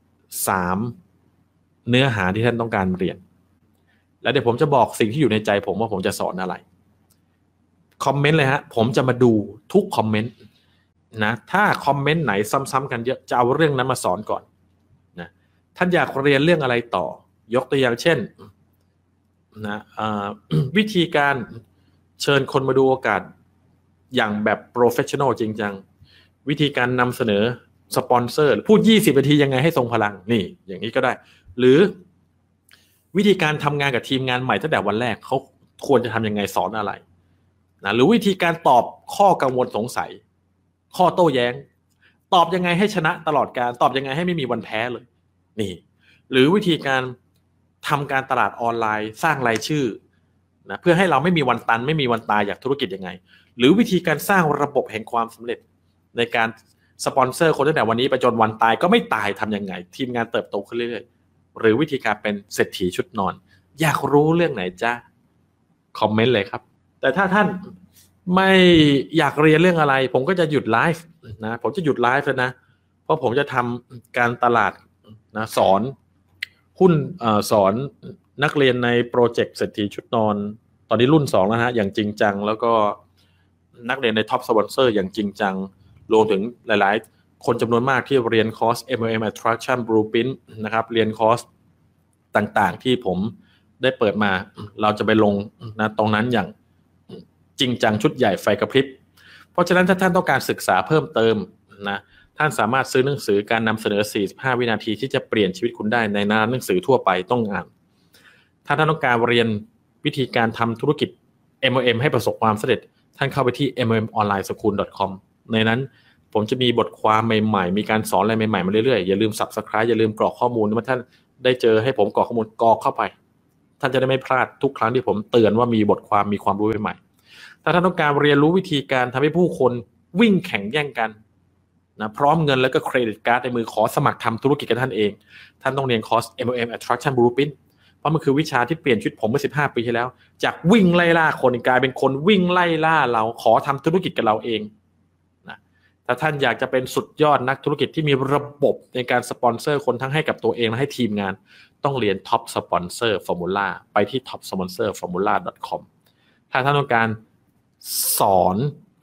3เนื้อหาที่ท่านต้องการเรียนแล้วเดี๋ยวผมจะบอกสิ่งที่อยู่ในใจผมว่าผมจะสอนอะไรคอมเมนต์เลยฮะผมจะมาดูทุกคอมเมนต์นะถ้าคอมเมนต์ไหนซ้ำๆกันเยอะจะเอาเรื่องนั้นมาสอนก่อนนะท่านอยากเรียนเรื่องอะไรต่อยกตัวอย่างเช่นนะวิธีการเชิญคนมาดูโอกาสอย่างแบบโปรเฟชชั่นอลจริงจังวิธีการนำเสนอสปอนเซอร์พูด20 นาทียังไงให้ทรงพลังนี่อย่างนี้ก็ได้หรือวิธีการทำงานกับทีมงานใหม่ตั้งแต่วันแรกเขาควรจะทำยังไงสอนอะไรนะหรือวิธีการตอบข้อกังวลสงสัยข้อโต้แย้งตอบยังไงให้ชนะตลอดการตอบยังไงให้ไม่มีวันแพ้เลยนี่หรือวิธีการทำการตลาดออนไลน์สร้างรายชื่อนะเพื่อให้เราไม่มีวันตันไม่มีวันตายจากธุรกิจยังไงหรือวิธีการสร้างระบบแห่งความสำเร็จในการสปอนเซอร์คนตั้งแต่วันนี้ไปจนวันตายก็ไม่ตายทำยังไงทีมงานเติบโตขึ้นเรื่อยๆหรือวิธีการเป็นเศรษฐีชุดนอนอยากรู้เรื่องไหนจ้าคอมเมนต์เลยครับแต่ถ้าท่านไม่อยากเรียนเรื่องอะไรผมก็จะหยุดไลฟ์นะผมจะหยุดไลฟ์แล้วนะเพราะผมจะทำการตลาดนะสอนหุ้นสอนนักเรียนในโปรเจกต์เศรษฐีชุดนอนตอนนี้รุ่น2แล้วฮะอย่างจริงจังแล้วก็นักเรียนในท็อปสปอนเซอร์อย่างจริงจังรวมถึงหลายๆคนจำนวนมากที่เรียนคอร์ส MLM Attraction Blueprint นะครับเรียนคอร์สต่างๆที่ผมได้เปิดมาเราจะไปลงนะตรงนั้นอย่างจริงจังชุดใหญ่ไฟกระพริบเพราะฉะนั้นถ้าท่านต้องการศึกษาเพิ่มเติมนะท่านสามารถซื้อหนังสือการนำเสนอ45 วินาทีที่จะเปลี่ยนชีวิตคุณได้ในหนังสือทั่วไปต้องอ่านถ้าท่านต้องการเรียนวิธีการทำธุรกิจ MLM ให้ประสบความสำเร็จท่านเข้าไปที่ mlmonlineschool.com ในนั้นผมจะมีบทความใหม่ๆมีการสอนอะไรใหม่ๆมาเรื่อยๆอย่าลืม Subscribe อย่าลืมกรอกข้อมูลเมื่อท่านได้เจอให้ผมกรอกข้อมูลกรอกเข้าไปท่านจะได้ไม่พลาดทุกครั้งที่ผมเตือนว่ามีบทความมีความรู้ใหม่ๆถ้าท่านต้องการเรียนรู้วิธีการทำให้ผู้คนวิ่งแข่งแย่งกันนะพร้อมเงินแล้วก็เครดิตการ์ดในมือขอสมัครทำธุรกิจกับท่านเองท่านต้องเรียนคอร์ส MLM Attraction Blueprint เพราะมันคือวิชาที่เปลี่ยนชีวิตผมเมื่อ15 ปีที่แล้วจากวิ่งไล่ล่าคนกลายเป็นคนวิ่งไล่ล่าเราขอทำธุรกิจกับเราเองนะถ้าท่านอยากจะเป็นสุดยอดนักธุรกิจที่มีระบบในการสปอนเซอร์คนทั้งให้กับตัวเองและให้ทีมงานต้องเรียน Top Sponsor Formula ไปที่ topsponsorformula.com ถ้าท่านต้องการสอนใ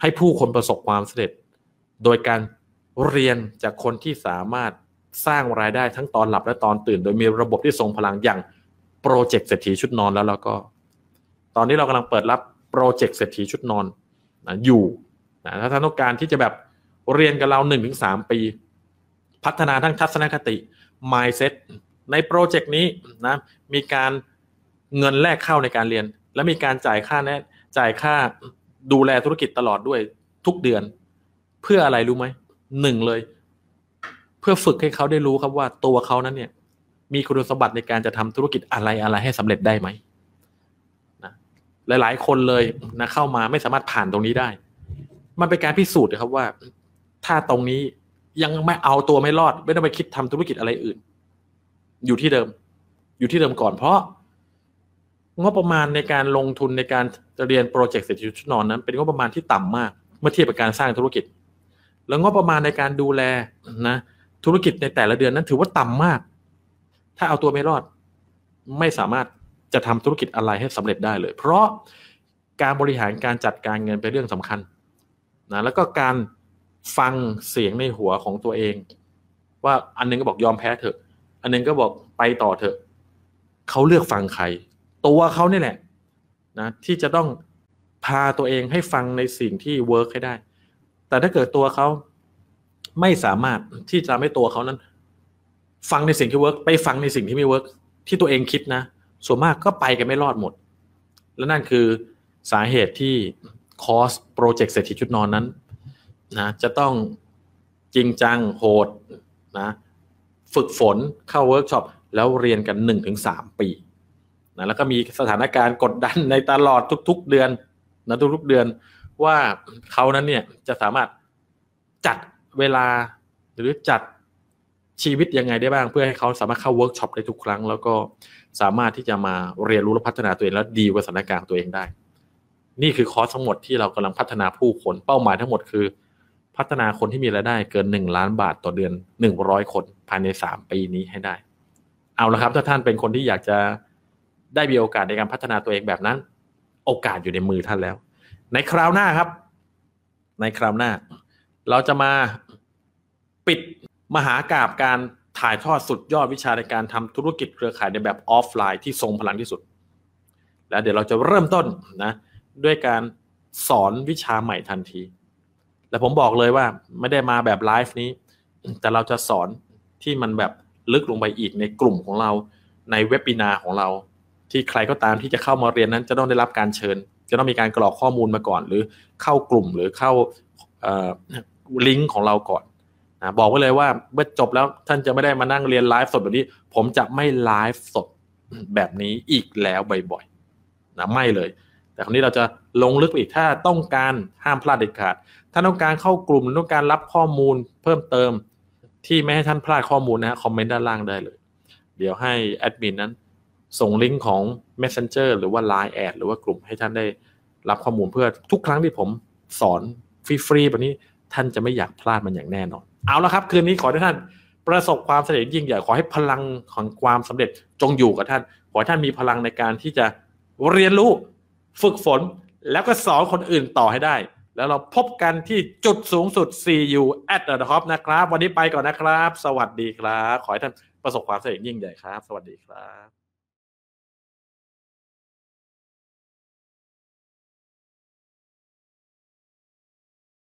ให้ผู้คนประสบความสำเร็จโดยการเรียนจากคนที่สามารถสร้างรายได้ทั้งตอนหลับและตอนตื่นโดยมีระบบที่ทรงพลังอย่างโปรเจกต์เศรษฐีชุดนอนแล้วก็ตอนนี้เรากำลังเปิดรับโปรเจกต์เศรษฐีชุดนอนอยู่ถ้าท่านต้องการที่จะแบบเรียนกับเรา 1-3 ปีพัฒนาทั้งทัศนคติ mindset ในโปรเจกต์นี้นะมีการเงินแลกเข้าในการเรียนและมีการจ่ายค่าดูแลธุรกิจตลอดด้วยทุกเดือนเพื่ออะไรรู้ไหมหนึ่งเลยเพื่อฝึกให้เขาได้รู้ครับว่าตัวเขานั้นเนี่ยมีคุณสมบัติในการจะทำธุรกิจอะไรให้สำเร็จได้ไหมนะหลายๆคนเลยนะเข้ามาไม่สามารถผ่านตรงนี้ได้มันเป็นการพิสูจน์นะครับว่าถ้าตรงนี้ยังไม่เอาตัวไม่รอดไม่ต้องไปคิดทำธุรกิจอะไรอื่นอยู่ที่เดิมก่อนเพราะงบประมาณในการลงทุนในการเรียนโปรเจกต์เศรษฐีชุดนอนนั้นเป็นงบประมาณที่ต่ำมากเมื่อเทียบกับการสร้างธุรกิจแล้วงบประมาณในการดูแลนะธุรกิจในแต่ละเดือนนั้นถือว่าต่ำมากถ้าเอาตัวไม่รอดไม่สามารถจะทำธุรกิจอะไรให้สำเร็จได้เลยเพราะการบริหารการจัดการเงินเป็นเรื่องสำคัญนะแล้วก็การฟังเสียงในหัวของตัวเองว่าอันนึงก็บอกยอมแพ้เถอะอันนึงก็บอกไปต่อเถอะเขาเลือกฟังใครตัวเขานี่แหละนะที่จะต้องพาตัวเองให้ฟังในสิ่งที่เวิร์กให้ได้แต่ถ้าเกิดตัวเขาไม่สามารถที่จะให้ตัวเขานั้นฟังในสิ่งที่เวิร์กไปฟังในสิ่งที่ไม่เวิร์กที่ตัวเองคิดนะส่วนมากก็ไปกันไม่รอดหมดและนั่นคือสาเหตุที่คอร์สโปรเจกต์เศรษฐีชุดนอนนั้นนะจะต้องจริงจังโหดนะฝึกฝนเข้าเวิร์กช็อปแล้วเรียนกัน 1-3 ปีนะแล้วก็มีสถานการณ์กดดันในตลอดทุกๆเดือนนะทุกๆเดือนว่าเขานั้นเนี่ยจะสามารถจัดเวลาหรือจัดชีวิตยังไงได้บ้างเพื่อให้เขาสามารถเข้าเวิร์กช็อปได้ทุกครั้งแล้วก็สามารถที่จะมาเรียนรู้และพัฒนาตัวเองแล้วดีกว่าสถานการณ์ตัวเองได้นี่คือคอร์สทั้งหมดที่เรากำลังพัฒนาผู้คนเป้าหมายทั้งหมดคือพัฒนาคนที่มีรายได้เกิน1 ล้านบาทต่อเดือน100 คนภายใน3 ปีนี้ให้ได้เอาละครับถ้าท่านเป็นคนที่อยากจะได้มีโอกาสในการพัฒนาตัวเองแบบนั้นโอกาสอยู่ในมือท่านแล้วในคราวหน้าครับในคราวหน้าเราจะมาปิดมหากาพย์การถ่ายทอดสุดยอดวิชาในการทำธุรกิจเครือข่ายในแบบออฟไลน์ที่ทรงพลังที่สุดแล้วเดี๋ยวเราจะเริ่มต้นนะด้วยการสอนวิชาใหม่ทันทีและผมบอกเลยว่าไม่ได้มาแบบไลฟ์นี้แต่เราจะสอนที่มันแบบลึกลงไปอีกในกลุ่มของเราในเว็บบินาร์ของเราที่ใครก็ตามที่จะเข้ามาเรียนนั้นจะต้องได้รับการเชิญจะต้องมีการกรอกข้อมูลมาก่อนหรือเข้ากลุ่มหรือเข้าลิงก์ของเราก่อนนะบอกไว้เลยว่าเมื่อจบแล้วท่านจะไม่ได้มานั่งเรียนไลฟ์สดแบบนี้ผมจะไม่ไลฟ์สดแบบนี้อีกแล้วบ่อยๆนะไม่เลยแต่คราวนี้เราจะลงลึกอีกถ้าต้องการห้ามพลาดเด็ดขาดถ้าต้องการเข้ากลุ่มต้องการรับข้อมูลเพิ่มเติมที่ไม่ให้ท่านพลาดข้อมูลนะคอมเมนต์ด้านล่างได้เลยเดี๋ยวให้แอดมินนั้นส่งลิงก์ของ Messenger หรือว่า Line แอดหรือว่ากลุ่มให้ท่านได้รับข้อมูลเพื่อทุกครั้งที่ผมสอนฟรีๆแบบนี้ท่านจะไม่อยากพลาดมันอย่างแน่นอนเอาละครับคืนนี้ขอให้ท่านประสบความสำเร็จยิ่งใหญ่ขอให้พลังของความสำเร็จจงอยู่กับท่านขอให้ท่านมีพลังในการที่จะเรียนรู้ฝึกฝนแล้วก็สอนคนอื่นต่อให้ได้แล้วเราพบกันที่จุดสูงสุด See you at the top นะครับวันนี้ไปก่อนนะครับสวัสดีครับขอให้ท่านประสบความสำเร็จยิ่งใหญ่ครับสวัสดีครับ